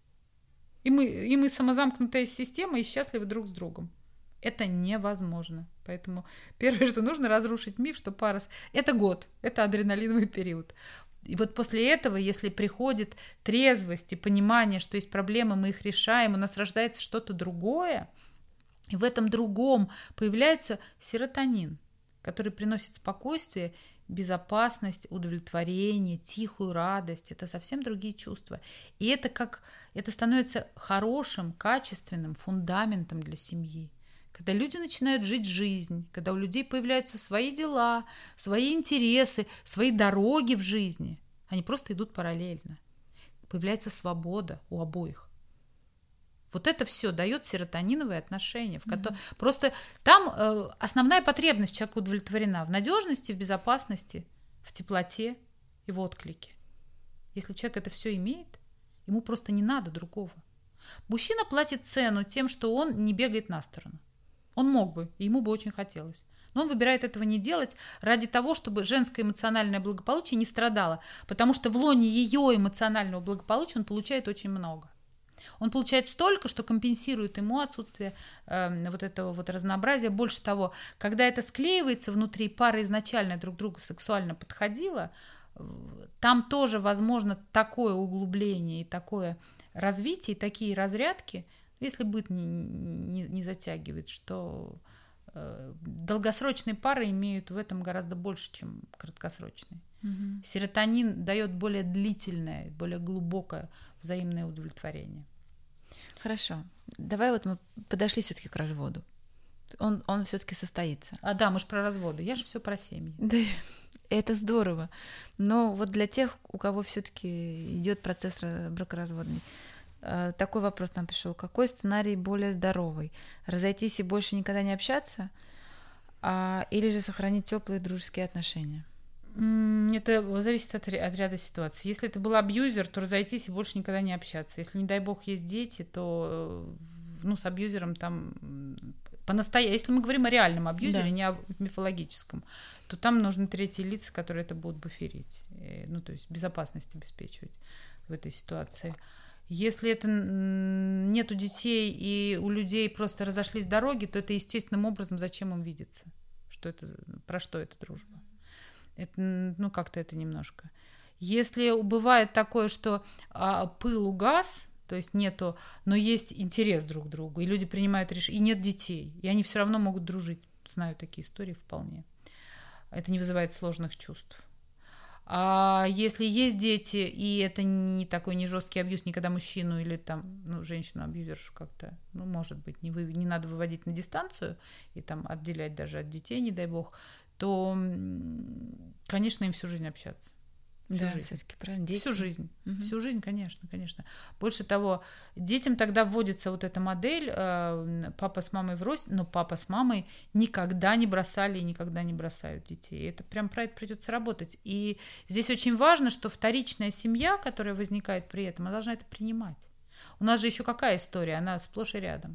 И мы, и мы самозамкнутая система и счастливы друг с другом. Это невозможно. Поэтому первое, что нужно, разрушить миф, что пара... Это год, это адреналиновый период. И вот после этого, если приходит трезвость и понимание, что есть проблемы, мы их решаем, у нас рождается что-то другое, и в этом другом появляется серотонин, который приносит спокойствие, безопасность, удовлетворение, тихую радость. Это совсем другие чувства. И это как... Это становится хорошим, качественным фундаментом для семьи. Когда люди начинают жить жизнь, когда у людей появляются свои дела, свои интересы, свои дороги в жизни, они просто идут параллельно. Появляется свобода у обоих. Вот это все дает серотониновые отношения. В котором... mm-hmm. Просто там э, основная потребность человека удовлетворена в надежности, в безопасности, в теплоте и в отклике. Если человек это все имеет, ему просто не надо другого. Мужчина платит цену тем, что он не бегает на сторону. Он мог бы, и ему бы очень хотелось. Но он выбирает этого не делать ради того, чтобы женское эмоциональное благополучие не страдало. Потому что в лоне ее эмоционального благополучия он получает очень много. Он получает столько, что компенсирует ему отсутствие э, вот этого вот разнообразия. Больше того, когда это склеивается внутри, пара изначально друг к другу сексуально подходила, там тоже возможно такое углубление и такое развитие, и такие разрядки, если быт не, не, не затягивает, что э, долгосрочные пары имеют в этом гораздо больше, чем краткосрочные. Угу. Серотонин дает более длительное, более глубокое взаимное удовлетворение. Хорошо. Давай вот мы подошли все-таки к разводу. Он, он все-таки состоится. А да, мы же про разводы. Я же все про семьи. Да, это здорово. Но вот для тех, у кого все-таки идет процесс бракоразводный, такой вопрос нам пришел: какой сценарий более здоровый? Разойтись и больше никогда не общаться, а, или же сохранить теплые дружеские отношения? Это зависит от, от ряда ситуаций. Если это был абьюзер, то разойтись и больше никогда не общаться. Если, не дай бог, есть дети, то ну, с абьюзером там по-настоящему. Если мы говорим о реальном абьюзере, да. не о мифологическом, то там нужны третьи лица, которые это будут буферить. Ну, то есть безопасность обеспечивать в этой ситуации. Если это нету детей и у людей просто разошлись дороги, то это естественным образом зачем им видеться? Что это, про что эта дружба? Это, ну, как-то это немножко. Если бывает такое, что а, пыл угас, то есть нету, но есть интерес друг к другу, и люди принимают решение, и нет детей, и они все равно могут дружить. Знаю такие истории вполне. Это не вызывает сложных чувств. А если есть дети, и это не такой не жесткий абьюз, никогда мужчину или там, ну, женщину-абьюзершу как-то, ну, может быть, не, вы, не надо выводить на дистанцию и там отделять даже от детей, не дай бог, то, конечно, им всю жизнь общаться. Всю да, жизнь. Все-таки правильно. Дети. Всю жизнь. Угу. Всю жизнь, конечно, конечно. Больше того, детям тогда вводится вот эта модель э, папа с мамой врозь, но папа с мамой никогда не бросали и никогда не бросают детей. Это прям про это придется работать. И здесь очень важно, что вторичная семья, которая возникает при этом, она должна это принимать. У нас же еще какая история? Она сплошь и рядом.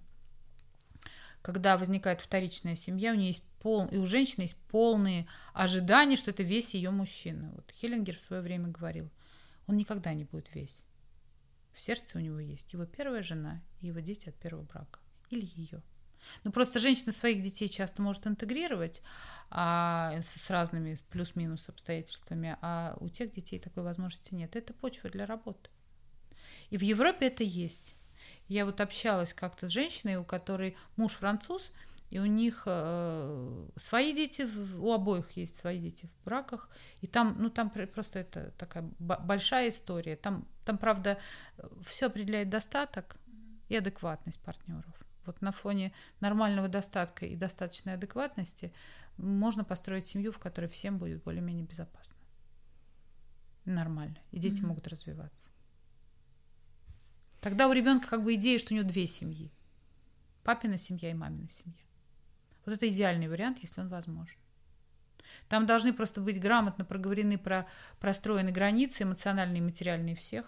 Когда возникает вторичная семья, у нее есть пол... и у женщины есть полные ожидания, что это весь ее мужчина. Вот Хеллингер в свое время говорил, он никогда не будет весь. В сердце у него есть его первая жена и его дети от первого брака. Или ее. Ну, просто женщина своих детей часто может интегрировать а, с разными плюс-минус обстоятельствами, а у тех детей такой возможности нет. Это почва для работы. И в Европе это есть. Я вот общалась как-то с женщиной, у которой муж француз, и у них э, свои дети, у обоих есть свои дети в браках, и там, ну, там просто это такая большая история. Там, там, правда, все определяет достаток и адекватность партнеров. Вот на фоне нормального достатка и достаточной адекватности можно построить семью, в которой всем будет более-менее безопасно. Нормально. И дети mm-hmm. могут развиваться. Тогда у ребенка как бы идея, что у него две семьи. Папина семья и мамина семья. Вот это идеальный вариант, если он возможен. Там должны просто быть грамотно проговорены, про, простроены границы эмоциональные и материальные всех.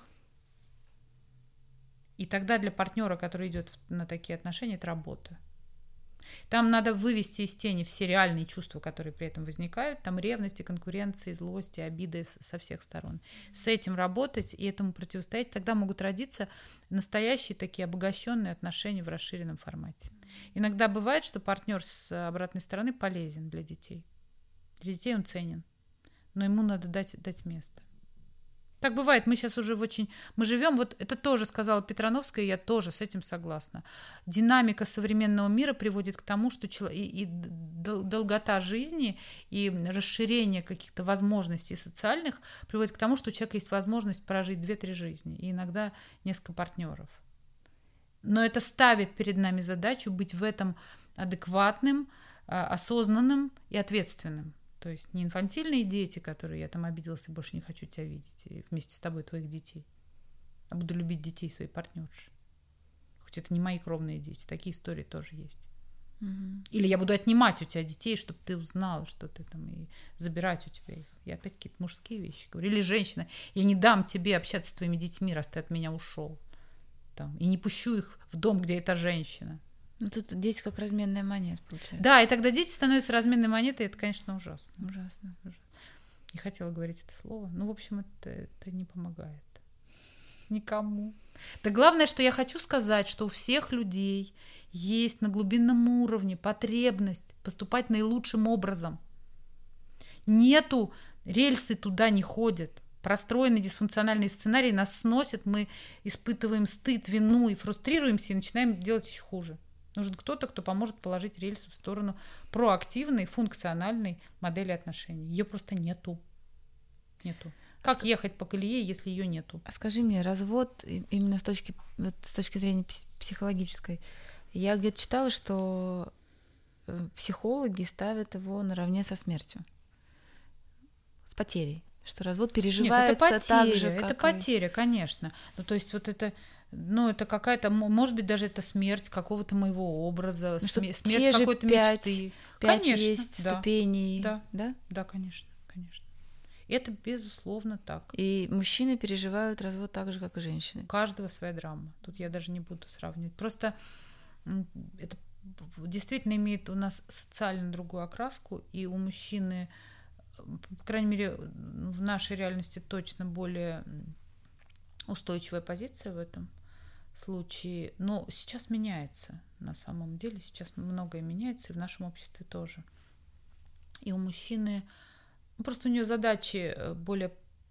И тогда для партнера, который идет на такие отношения, это работа. Там надо вывести из тени все реальные чувства, которые при этом возникают. Там ревности, конкуренции, злости, обиды со всех сторон. С этим работать и этому противостоять. Тогда могут родиться настоящие такие обогащенные отношения в расширенном формате. Иногда бывает, что партнер с обратной стороны полезен для детей. Для детей он ценен. Но ему надо дать, дать место. Так бывает, мы сейчас уже в очень... Мы живем, вот это тоже сказала Петрановская, и я тоже с этим согласна. Динамика современного мира приводит к тому, что чел... и, и долгота жизни, и расширение каких-то возможностей социальных приводит к тому, что у человека есть возможность прожить две-три жизни, и иногда несколько партнеров. Но это ставит перед нами задачу быть в этом адекватным, осознанным и ответственным. То есть не инфантильные дети, которые я там обиделась и больше не хочу тебя видеть, и вместе с тобой твоих детей. А буду любить детей своей партнерши. Хоть это не мои кровные дети, такие истории тоже есть. Угу. Или я буду отнимать у тебя детей, чтобы ты узнала, что ты там, и забирать у тебя их. Я опять какие-то мужские вещи говорю. Или женщина, я не дам тебе общаться с твоими детьми, раз ты от меня ушел. Там, и не пущу их в дом, где эта женщина. Ну, тут дети как разменная монета, получается. Да, и тогда дети становятся разменной монетой, и это, конечно, ужасно. Ужасно. Не хотела говорить это слово. Ну, в общем, это, это не помогает. Никому. Да главное, что я хочу сказать, что у всех людей есть на глубинном уровне потребность поступать наилучшим образом. Нету рельсы туда не ходят. Простроенный дисфункциональный сценарий нас сносит, мы испытываем стыд, вину и фрустрируемся, и начинаем делать еще хуже. Нужен кто-то, кто поможет положить рельсы в сторону проактивной, функциональной модели отношений. Ее просто нету. Нету. Как а ехать по колее, если ее нету? А скажи мне, развод именно с точки, вот, с точки зрения психологической, я где-то читала, что психологи ставят его наравне со смертью, с потерей, что развод переживается. Нет, это потеря, так же, как это потеря, конечно. Ну, то есть вот это, ну, это какая-то, может быть, даже это смерть какого-то моего образа, ну, смерть какой-то пять, мечты. Пять конечно, есть да. ступеней. Да, да? Да, конечно, конечно. Это, безусловно, так. И мужчины переживают развод так же, как и женщины. У каждого своя драма. Тут я даже не буду сравнивать. Просто это действительно имеет у нас социально другую окраску, и у мужчины, по крайней мере, в нашей реальности точно более устойчивая позиция в этом случае. Но сейчас меняется, на самом деле. Сейчас многое меняется, и в нашем обществе тоже. И у мужчины... Просто у нее задачи более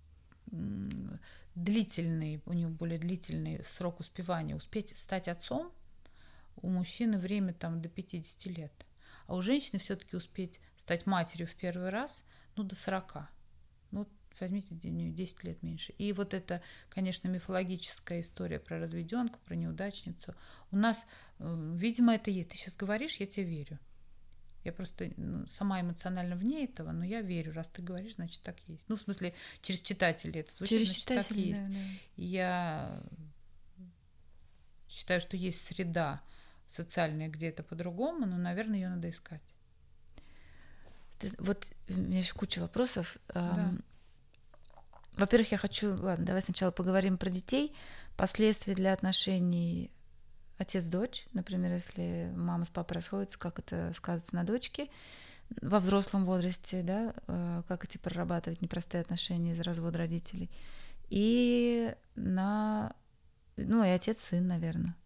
длительные, у него более длительный срок успевания. Успеть стать отцом у мужчины время там до пятидесяти лет. А у женщины все-таки успеть стать матерью в первый раз, ну, до сорока. Ну, возьмите, у нее десять лет меньше. И вот это, конечно, мифологическая история про разведенку, про неудачницу. У нас, видимо, это есть. Ты сейчас говоришь, я тебе верю. Я просто ну, сама эмоционально вне этого, но я верю, раз ты говоришь, значит, так есть. Ну, в смысле, через читателей это звучит, через значит, читателей, так есть. Да, да. Я считаю, что есть среда социальная, где это по-другому, но, наверное, ее надо искать. Ты, вот у меня еще куча вопросов. Да. Во-первых, я хочу... Ладно, давай сначала поговорим про детей. Последствия для отношений отец-дочь, например, если мама с папой расходятся, как это сказывается на дочке во взрослом возрасте, да, как эти прорабатывать непростые отношения из-за развода родителей. И на... Ну, и отец-сын, наверное.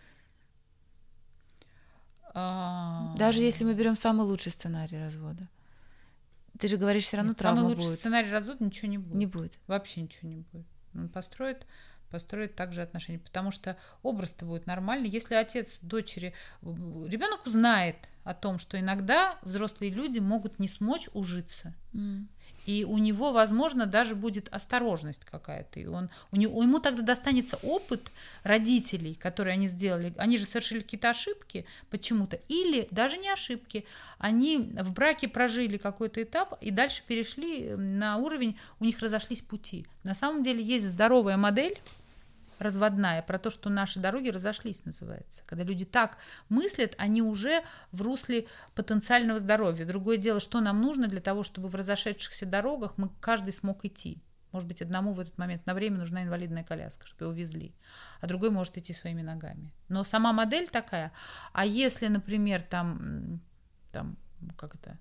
А... Даже если мы берем самый лучший сценарий развода. Ты же говоришь, все равно Нет, травма самый будет. лучший сценарий развода ничего не будет. Не будет. Вообще ничего не будет. Он построит построить также отношения, потому что образ-то будет нормальный. Если отец дочери... Ребенок узнает о том, что иногда взрослые люди могут не смочь ужиться. Mm. И у него, возможно, даже будет осторожность какая-то. И он, у него, ему тогда достанется опыт родителей, которые они сделали. Они же совершили какие-то ошибки почему-то. Или даже не ошибки. Они в браке прожили какой-то этап и дальше перешли на уровень, у них разошлись пути. На самом деле есть здоровая модель, разводная, про то, что наши дороги разошлись, называется. Когда люди так мыслят, они уже в русле потенциального здоровья. Другое дело, что нам нужно для того, чтобы в разошедшихся дорогах мы каждый смог идти. Может быть, одному в этот момент на время нужна инвалидная коляска, чтобы его везли, а другой может идти своими ногами. Но сама модель такая. А если, например, там, там как это,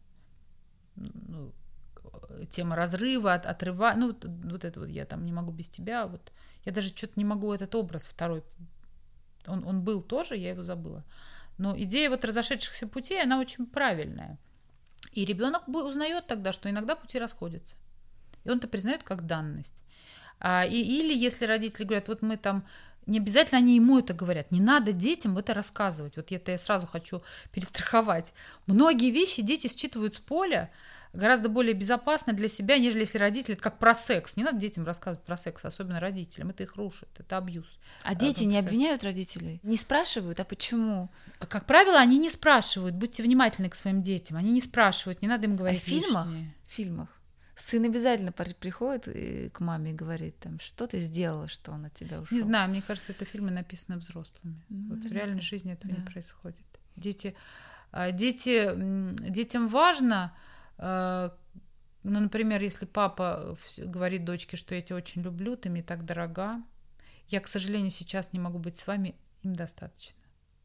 ну, тема разрыва, от, отрыва, ну, вот, вот это вот я там не могу без тебя, вот я даже что-то не могу этот образ второй, он, он был тоже, я его забыла. Но идея вот разошедшихся путей, она очень правильная. И ребенок узнает тогда, что иногда пути расходятся. И он это признает как данность. А, и, или если родители говорят, вот мы там, не обязательно они ему это говорят, не надо детям это рассказывать. Вот это я сразу хочу перестраховать. Многие вещи дети считывают с поля гораздо более безопасно для себя, нежели если родители, это как про секс. Не надо детям рассказывать про секс, особенно родителям. Это их рушит, это абьюз. А дети не обвиняют родителей? Не спрашивают, а почему? Как правило, они не спрашивают. Будьте внимательны к своим детям. Они не спрашивают, не надо им говорить а в фильмах, лишнее. В фильмах сын обязательно приходит к маме и говорит, там, что ты сделала, что он от тебя ушел. Не знаю, мне кажется, это фильмы написаны взрослыми. Ну, вот в реальной жизни это да. не происходит. Дети, дети, детям важно, ну, например, если папа говорит дочке, что я тебя очень люблю, ты мне так дорога, я, к сожалению, сейчас не могу быть с вами, им достаточно.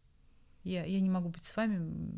Я, я не могу быть с вами.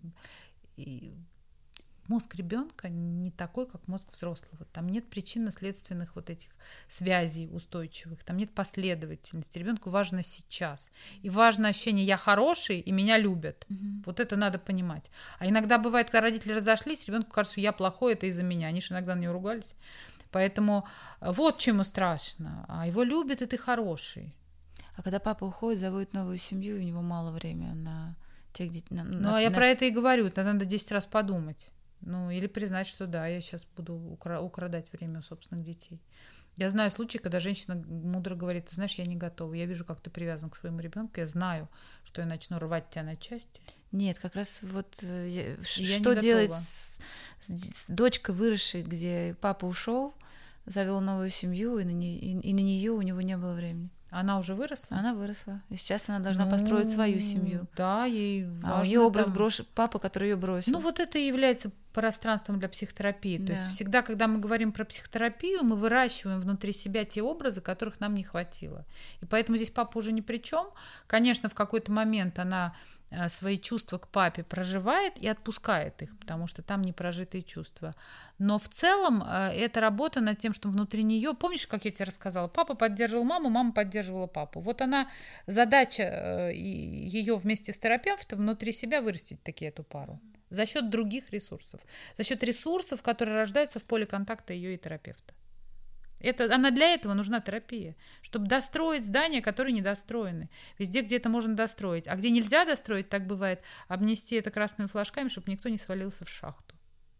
И мозг ребенка не такой, как мозг взрослого. Там нет причинно-следственных вот этих связей устойчивых, там нет последовательности. Ребенку важно сейчас. И важно ощущение «я хороший, и меня любят». Угу. Вот это надо понимать. А иногда бывает, когда родители разошлись, ребенку кажется, что я плохой, это из-за меня. Они же иногда на него ругались. Поэтому вот чему страшно. А его любят, и ты хороший. А когда папа уходит, заводит новую семью, у него мало времени на тех детей. На, ну, на, а я на... про это и говорю. Тогда надо десять раз подумать. Ну, или признать, что да, я сейчас буду укра- украдать время у собственных детей. Я знаю случаи, когда женщина мудро говорит: ты знаешь, я не готова. Я вижу, как ты привязан к своему ребенку. Я знаю, что я начну рвать тебя на части. Нет, как раз вот я, я что делать с, с, с дочкой выросшей, где папа ушел, завел новую семью, и на, не, и, и на нее у него не было времени. Она уже выросла? Она выросла. И сейчас она должна ну, построить свою семью. Да, ей важно. А у нее образ там... брош... папы, который ее бросил. Ну, вот это и является пространством для психотерапии. Да. То есть всегда, когда мы говорим про психотерапию, мы выращиваем внутри себя те образы, которых нам не хватило. И поэтому здесь папа уже ни при чем. Конечно, в какой-то момент она свои чувства к папе проживает и отпускает их, потому что там непрожитые чувства. Но в целом это работа над тем, что внутри нее, помнишь, как я тебе рассказала, папа поддерживал маму, мама поддерживала папу. Вот она, задача ее вместе с терапевтом внутри себя вырастить таки эту пару за счет других ресурсов, за счет ресурсов, которые рождаются в поле контакта ее и терапевта. Это, она для этого нужна терапия, чтобы достроить здания, которые недостроены. Везде, где это можно достроить. А где нельзя достроить, так бывает, обнести это красными флажками, чтобы никто не свалился в шахту.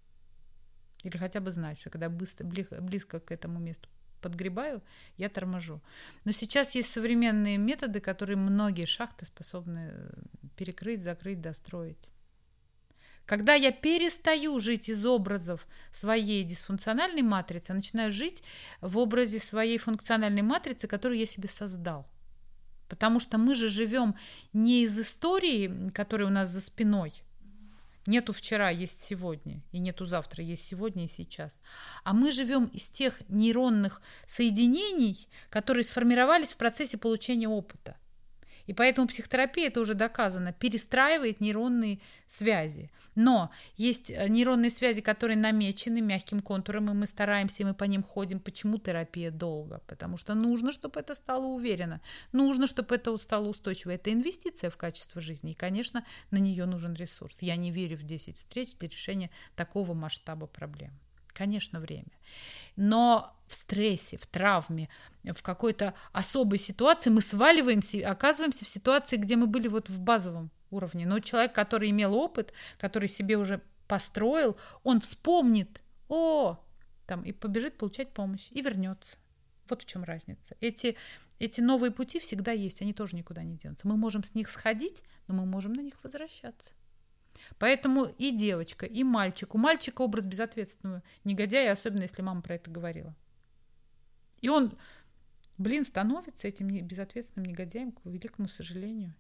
Или хотя бы знать, что когда быстро, близко к этому месту подгребаю, я торможу. Но сейчас есть современные методы, которые многие шахты способны перекрыть, закрыть, достроить. Когда я перестаю жить из образов своей дисфункциональной матрицы, а начинаю жить в образе своей функциональной матрицы, которую я себе создал. Потому что мы же живем не из истории, которая у нас за спиной. Нету вчера, есть сегодня, и нету завтра, есть сегодня и сейчас. А мы живем из тех нейронных соединений, которые сформировались в процессе получения опыта. И поэтому психотерапия, это уже доказано, перестраивает нейронные связи. Но есть нейронные связи, которые намечены мягким контуром, и мы стараемся, и мы по ним ходим. Почему терапия долго? Потому что нужно, чтобы это стало уверенно. Нужно, чтобы это стало устойчиво. Это инвестиция в качество жизни. И, конечно, на нее нужен ресурс. Я не верю в десять встреч для решения такого масштаба проблем. Конечно, время. Но в стрессе, в травме, в какой-то особой ситуации мы сваливаемся и оказываемся в ситуации, где мы были вот в базовом уровне. Но человек, который имел опыт, который себе уже построил, он вспомнит, о, там, и побежит получать помощь, и вернется. Вот в чем разница. Эти, эти новые пути всегда есть, они тоже никуда не денутся. Мы можем с них сходить, но мы можем на них возвращаться. Поэтому и девочка, и мальчик. У мальчика образ безответственного негодяя, особенно если мама про это говорила. И он, блин, становится этим безответственным негодяем, к великому сожалению,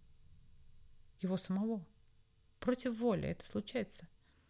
его самого. Против воли это случается.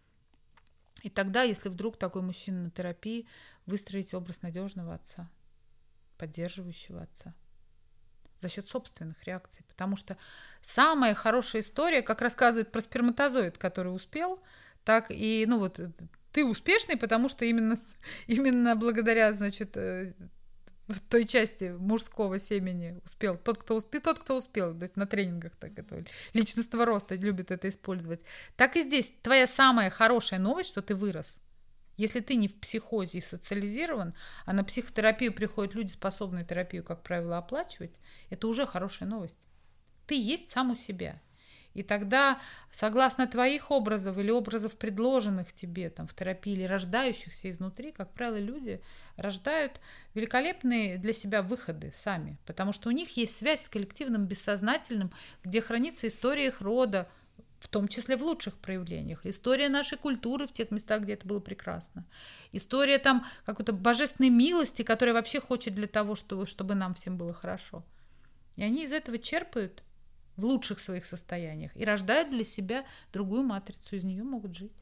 И тогда, если вдруг такой мужчина на терапии, выстроить образ надежного отца, поддерживающего отца, за счет собственных реакций. Потому что самая хорошая история, как рассказывает про сперматозоид, который успел, так и, ну вот, ты успешный, потому что именно, именно благодаря, значит, той части мужского семени успел. Тот, кто, ты тот, кто успел. На тренингах так это, личностного роста любят это использовать. Так и здесь. Твоя самая хорошая новость, что ты вырос. Если ты не в психозе и социализирован, а на психотерапию приходят люди, способные терапию, как правило, оплачивать, это уже хорошая новость. Ты есть сам у себя. И тогда, согласно твоих образов или образов, предложенных тебе там, в терапии или рождающихся изнутри, как правило, люди рождают великолепные для себя выходы сами, потому что у них есть связь с коллективным бессознательным, где хранится история их рода, в том числе в лучших проявлениях. История нашей культуры в тех местах, где это было прекрасно. История там какой-то божественной милости, которая вообще хочет для того, чтобы, чтобы нам всем было хорошо. И они из этого черпают в лучших своих состояниях и рождают для себя другую матрицу, из нее могут жить.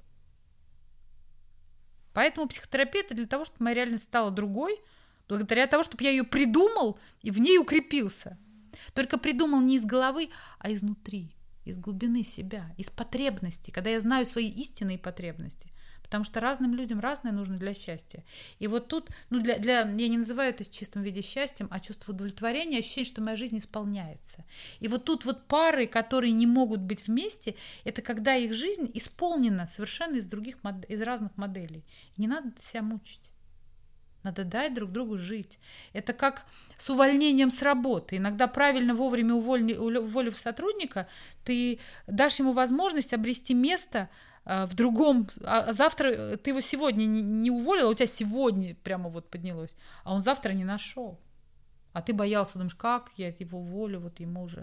Поэтому психотерапия – это для того, чтобы моя реальность стала другой, благодаря тому, чтобы я ее придумал и в ней укрепился. Только придумал не из головы, а изнутри. Из глубины себя, из потребностей, когда я знаю свои истинные потребности. Потому что разным людям разное нужно для счастья. И вот тут, ну для, для, я не называю это в чистом виде счастьем, а чувство удовлетворения, ощущение, что моя жизнь исполняется. И вот тут вот пары, которые не могут быть вместе, это когда их жизнь исполнена совершенно из других, из разных моделей. Не надо себя мучить. Надо дать друг другу жить. Это как с увольнением с работы. Иногда правильно вовремя уволни, уволив сотрудника, ты дашь ему возможность обрести место а, в другом. А завтра ты его сегодня не, не уволила, у тебя сегодня прямо вот поднялось, а он завтра не нашел. А ты боялся, думаешь, как я его уволю, вот ему уже.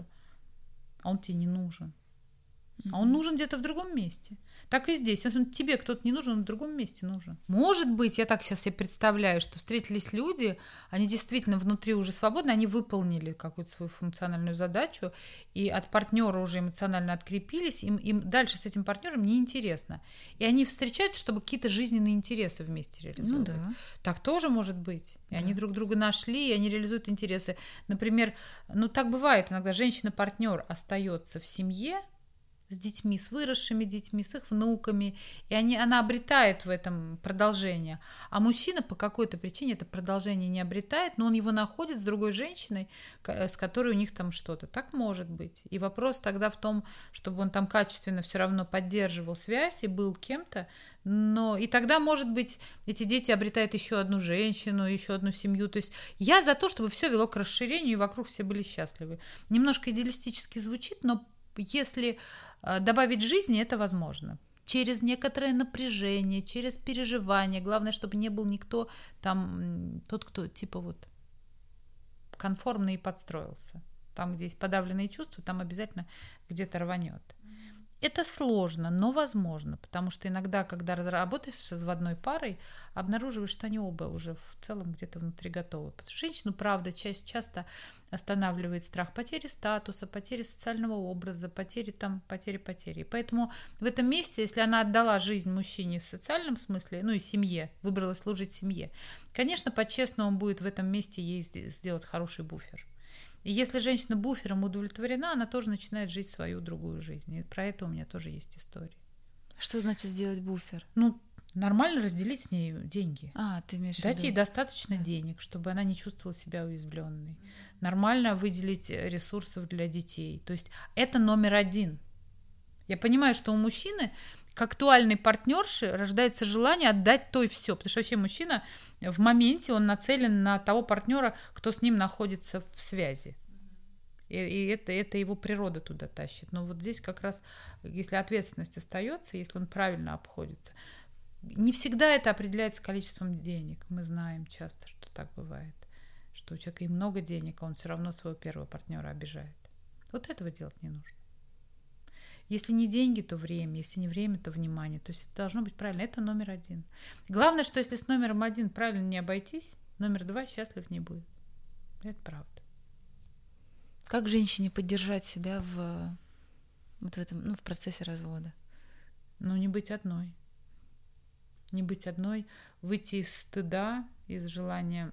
А он тебе не нужен. А он нужен где-то в другом месте. Так и здесь. Если тебе кто-то не нужен, он в другом месте нужен. Может быть, я так сейчас себе представляю, что встретились люди, они действительно внутри уже свободны, они выполнили какую-то свою функциональную задачу, и от партнера уже эмоционально открепились, им, им дальше с этим партнером неинтересно. И они встречаются, чтобы какие-то жизненные интересы вместе реализовывать. Ну, да. Так тоже может быть. И да. Они друг друга нашли, и они реализуют интересы. Например, ну так бывает иногда, женщина-партнер остается в семье, с детьми, с выросшими детьми, с их внуками, и они, она обретает в этом продолжение. А мужчина по какой-то причине это продолжение не обретает, но он его находит с другой женщиной, с которой у них там что-то. Так может быть. И вопрос тогда в том, чтобы он там качественно все равно поддерживал связь и был кем-то, но и тогда, может быть, эти дети обретают еще одну женщину, еще одну семью. То есть я за то, чтобы все вело к расширению, и вокруг все были счастливы. Немножко идеалистически звучит, но если добавить жизни, это возможно. Через некоторое напряжение, через переживание. Главное, чтобы не был никто там, тот, кто типа вот конформный и подстроился. Там, где есть подавленные чувства, там обязательно где-то рванет. Это сложно, но возможно, потому что иногда, когда работаешь с разводной парой, обнаруживаешь, что они оба уже в целом где-то внутри готовы. Потому что женщину, правда, часто, часто останавливает страх потери статуса, потери социального образа, потери там, потери, потери. И поэтому в этом месте, если она отдала жизнь мужчине в социальном смысле, ну и семье, выбрала служить семье, конечно, по-честному будет в этом месте ей сделать хороший буфер. И если женщина буфером удовлетворена, она тоже начинает жить свою другую жизнь. И про это у меня тоже есть история. Что значит сделать буфер? Ну, нормально разделить с ней деньги. А, ты имеешь в виду? Дать ей достаточно да. денег, чтобы она не чувствовала себя уязвленной. Mm-hmm. Нормально выделить ресурсов для детей. То есть это номер один. Я понимаю, что у мужчины к актуальной партнерше рождается желание отдать то и все. Потому что вообще мужчина в моменте, он нацелен на того партнера, кто с ним находится в связи. И, и это, это его природа туда тащит. Но вот здесь как раз, если ответственность остается, если он правильно обходится, не всегда это определяется количеством денег. Мы знаем часто, что так бывает. Что у человека и много денег, а он все равно своего первого партнера обижает. Вот этого делать не нужно. Если не деньги, то время. Если не время, то внимание. То есть это должно быть правильно. Это номер один. Главное, что если с номером один правильно не обойтись, номер два счастлив не будет. Это правда. Как женщине поддержать себя в, вот в этом, ну, в процессе развода? Ну, не быть одной. Не быть одной. Выйти из стыда, из желания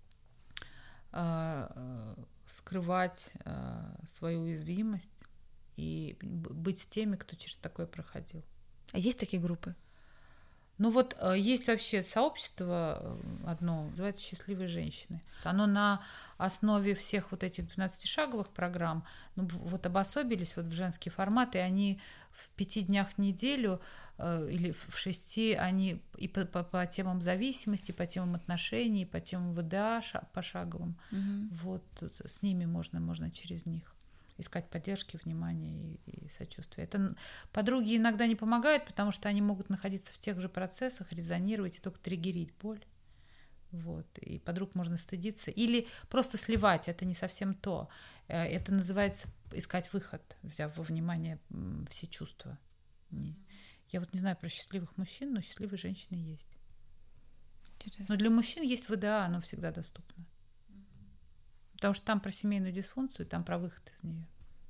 э, скрывать э, свою уязвимость. И быть с теми, кто через такое проходил. А есть такие группы? Ну вот есть вообще сообщество одно, называется «Счастливые женщины». Оно на основе всех вот этих двенадцатишаговых программ ну, вот обособились вот в женский формат, и они в пяти днях в неделю э, или в шести, они и по, по, по темам зависимости, по темам отношений, по темам ВДА пошаговым. Угу. Вот с ними можно, можно через них искать поддержки, внимания и, и сочувствия. Это подруги иногда не помогают, потому что они могут находиться в тех же процессах, резонировать и только триггерить боль. Вот. И подруг можно стыдиться. Или просто сливать. Это не совсем то. Это называется искать выход, взяв во внимание все чувства. Я вот не знаю про счастливых мужчин, но счастливые женщины есть. Интересно. Но для мужчин есть ВДА, оно всегда доступно. Потому что там про семейную дисфункцию, там про выход из нее.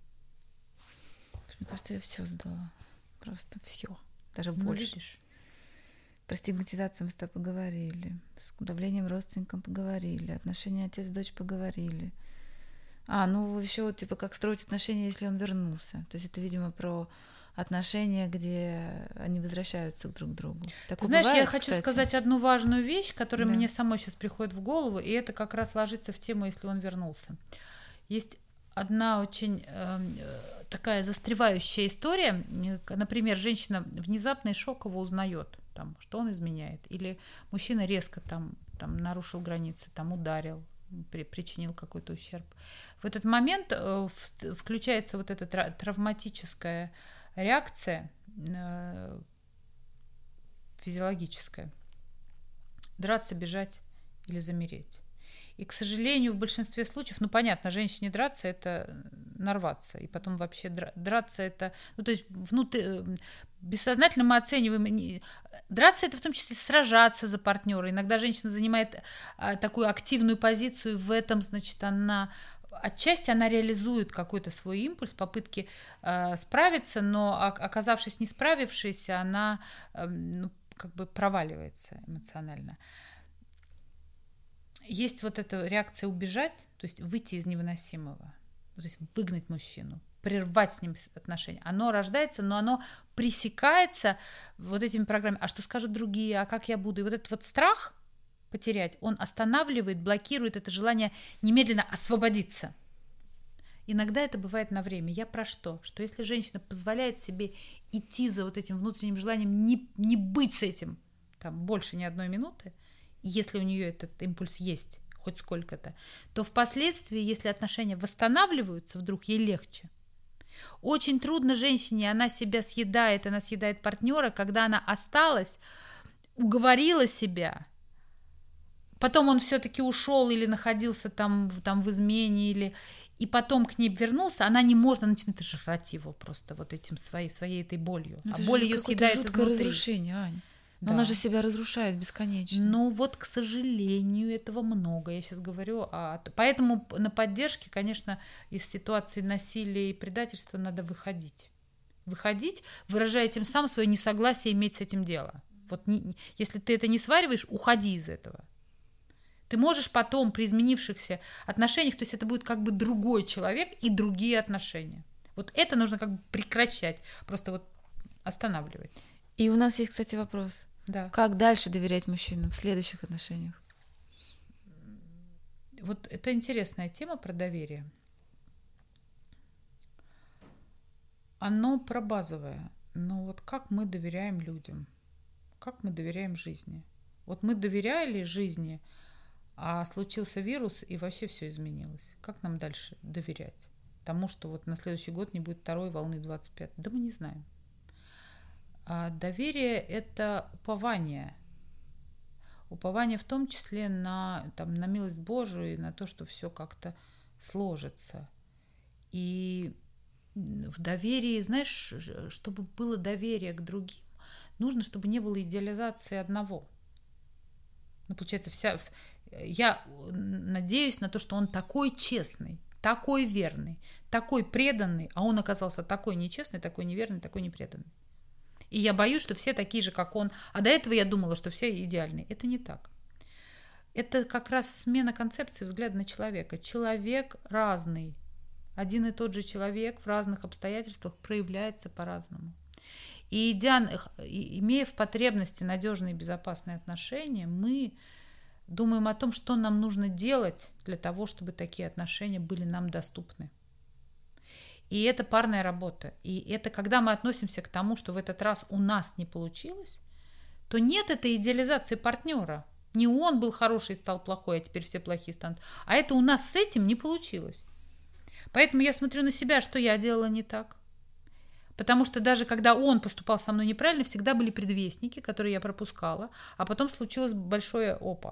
Мне кажется, я все задала. Просто все. Даже ну, больше. Видишь? Про стигматизацию мы с тобой поговорили. С давлением родственникам поговорили. Отношения отец-дочь поговорили. А, ну еще типа как строить отношения, если он вернулся. То есть это, видимо, про отношения, где они возвращаются друг к другу. Такое Знаешь, бывает, я хочу кстати? сказать одну важную вещь, которая да. мне самой сейчас приходит в голову, и это как раз ложится в тему, если он вернулся. Есть одна очень э, такая застревающая история. Например, женщина внезапно и шоково узнает, там, что он изменяет, или мужчина резко там там, нарушил границы, там, ударил, при, причинил какой-то ущерб. В этот момент э, в, включается вот эта тра- травматическая реакция э, физиологическая. Драться, бежать или замереть. И, к сожалению, в большинстве случаев, ну, понятно, женщине драться – это нарваться. И потом вообще драться – это… Ну, то есть внутри, бессознательно мы оцениваем… Драться – это в том числе сражаться за партнера. Иногда женщина занимает а, такую активную позицию, и в этом, значит, она… Отчасти она реализует какой-то свой импульс, попытки э, справиться, но, оказавшись не справившейся, она э, ну, как бы проваливается эмоционально. Есть вот эта реакция убежать, то есть выйти из невыносимого, то есть выгнать мужчину, прервать с ним отношения. Оно рождается, но оно пресекается вот этими программами. А что скажут другие? А как я буду? И вот этот вот страх потерять, он останавливает, блокирует это желание немедленно освободиться. Иногда это бывает на время. Я про что? Что если женщина позволяет себе идти за вот этим внутренним желанием не, не быть с этим там больше ни одной минуты, если у нее этот импульс есть, хоть сколько-то, то впоследствии, если отношения восстанавливаются, вдруг ей легче. Очень трудно женщине, она себя съедает, она съедает партнера, когда она осталась, уговорила себя, потом он все-таки ушел или находился там, там в измене, или... и потом к ней вернулся, она не может, она начинает жрать его просто вот этим своей, своей этой болью. Это а боль ее съедает изнутри. Разрушение, Ань. Но да. Она же себя разрушает бесконечно. Ну вот, к сожалению, этого много. Я сейчас говорю о... Поэтому на поддержке, конечно, из ситуации насилия и предательства надо выходить. Выходить, выражая тем самым свое несогласие иметь с этим дело. Вот не... если ты это не свариваешь, уходи из этого. Ты можешь потом при изменившихся отношениях, то есть это будет как бы другой человек и другие отношения. Вот это нужно как бы прекращать, просто вот останавливать. И у нас есть, кстати, вопрос. Да. Как дальше доверять мужчинам в следующих отношениях? Вот это интересная тема про доверие. Оно про базовое. Но вот как мы доверяем людям? Как мы доверяем жизни? Вот мы доверяли жизни, а случился вирус, и вообще все изменилось. Как нам дальше доверять? Тому, что вот на следующий год не будет второй волны двадцать пять. Да мы не знаем. А доверие – это упование. Упование в том числе на, там, на милость Божию и на то, что все как-то сложится. И в доверии, знаешь, чтобы было доверие к другим, нужно, чтобы не было идеализации одного. Ну, получается, вся... Я надеюсь на то, что он такой честный, такой верный, такой преданный, а он оказался такой нечестный, такой неверный, такой непреданный. И я боюсь, что все такие же, как он. А до этого я думала, что все идеальные. Это не так. Это как раз смена концепции взгляда на человека. Человек разный. Один и тот же человек в разных обстоятельствах проявляется по-разному. И идя, имея в потребности надежные и безопасные отношения, мы думаем о том, что нам нужно делать для того, чтобы такие отношения были нам доступны. И это парная работа. И это когда мы относимся к тому, что в этот раз у нас не получилось, то нет этой идеализации партнера. Не он был хороший и стал плохой, а теперь все плохие станут. А это у нас с этим не получилось. Поэтому я смотрю на себя, что я делала не так. Потому что даже когда он поступал со мной неправильно, всегда были предвестники, которые я пропускала, а потом случилось большое опа.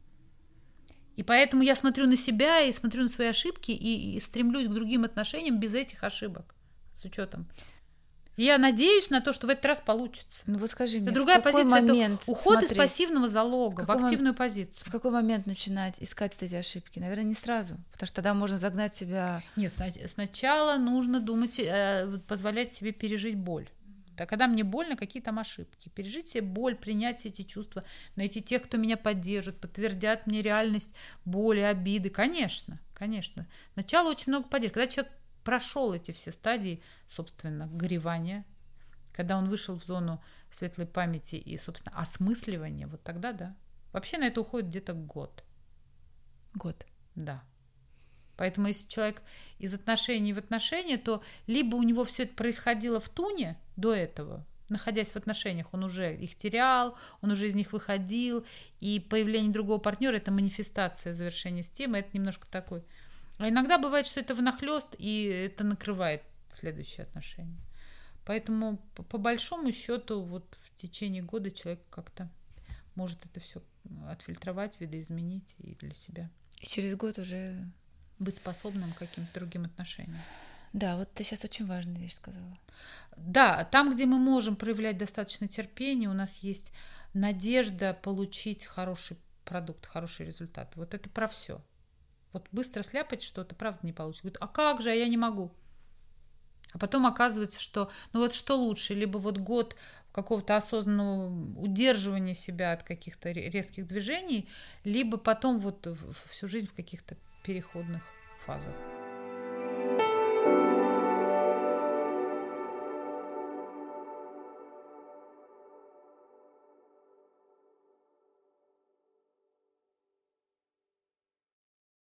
И поэтому я смотрю на себя и смотрю на свои ошибки и, и стремлюсь к другим отношениям без этих ошибок, с учетом. И я надеюсь на то, что в этот раз получится. Ну вот скажи мне, это другая позиция, момент, это уход смотри, из пассивного залога в, в активную мом... позицию. В какой момент начинать искать эти ошибки? Наверное, не сразу, потому что тогда можно загнать себя... Нет, сначала нужно думать, позволять себе пережить боль. Так, когда мне больно, какие там ошибки. Пережить себе боль, принять все эти чувства, найти тех, кто меня поддержит, подтвердят мне реальность боли, обиды. Конечно, конечно. Сначала очень много поддержки. Когда человек прошел эти все стадии, собственно, горевания, когда он вышел в зону светлой памяти и, собственно, осмысливания, вот тогда да. Вообще на это уходит где-то год. Год. Да. Поэтому если человек из отношений в отношения, то либо у него все это происходило в туне до этого, находясь в отношениях, он уже их терял, он уже из них выходил, и появление другого партнера — это манифестация завершения системы, это немножко такой. А иногда бывает, что это внахлёст, и это накрывает следующие отношения. Поэтому, по, по большому счету, вот в течение года человек как-то может это все отфильтровать, видоизменить и для себя. И через год уже быть способным к каким-то другим отношениям. Да, вот ты сейчас очень важную вещь сказала. Да, там, где мы можем проявлять достаточно терпения, у нас есть надежда получить хороший продукт, хороший результат. Вот это про все. Вот быстро сляпать что-то, правда, не получится. Говорит, а как же, а я не могу. А потом оказывается, что, ну вот что лучше, либо вот год какого-то осознанного удерживания себя от каких-то резких движений, либо потом вот всю жизнь в каких-то переходных фазах.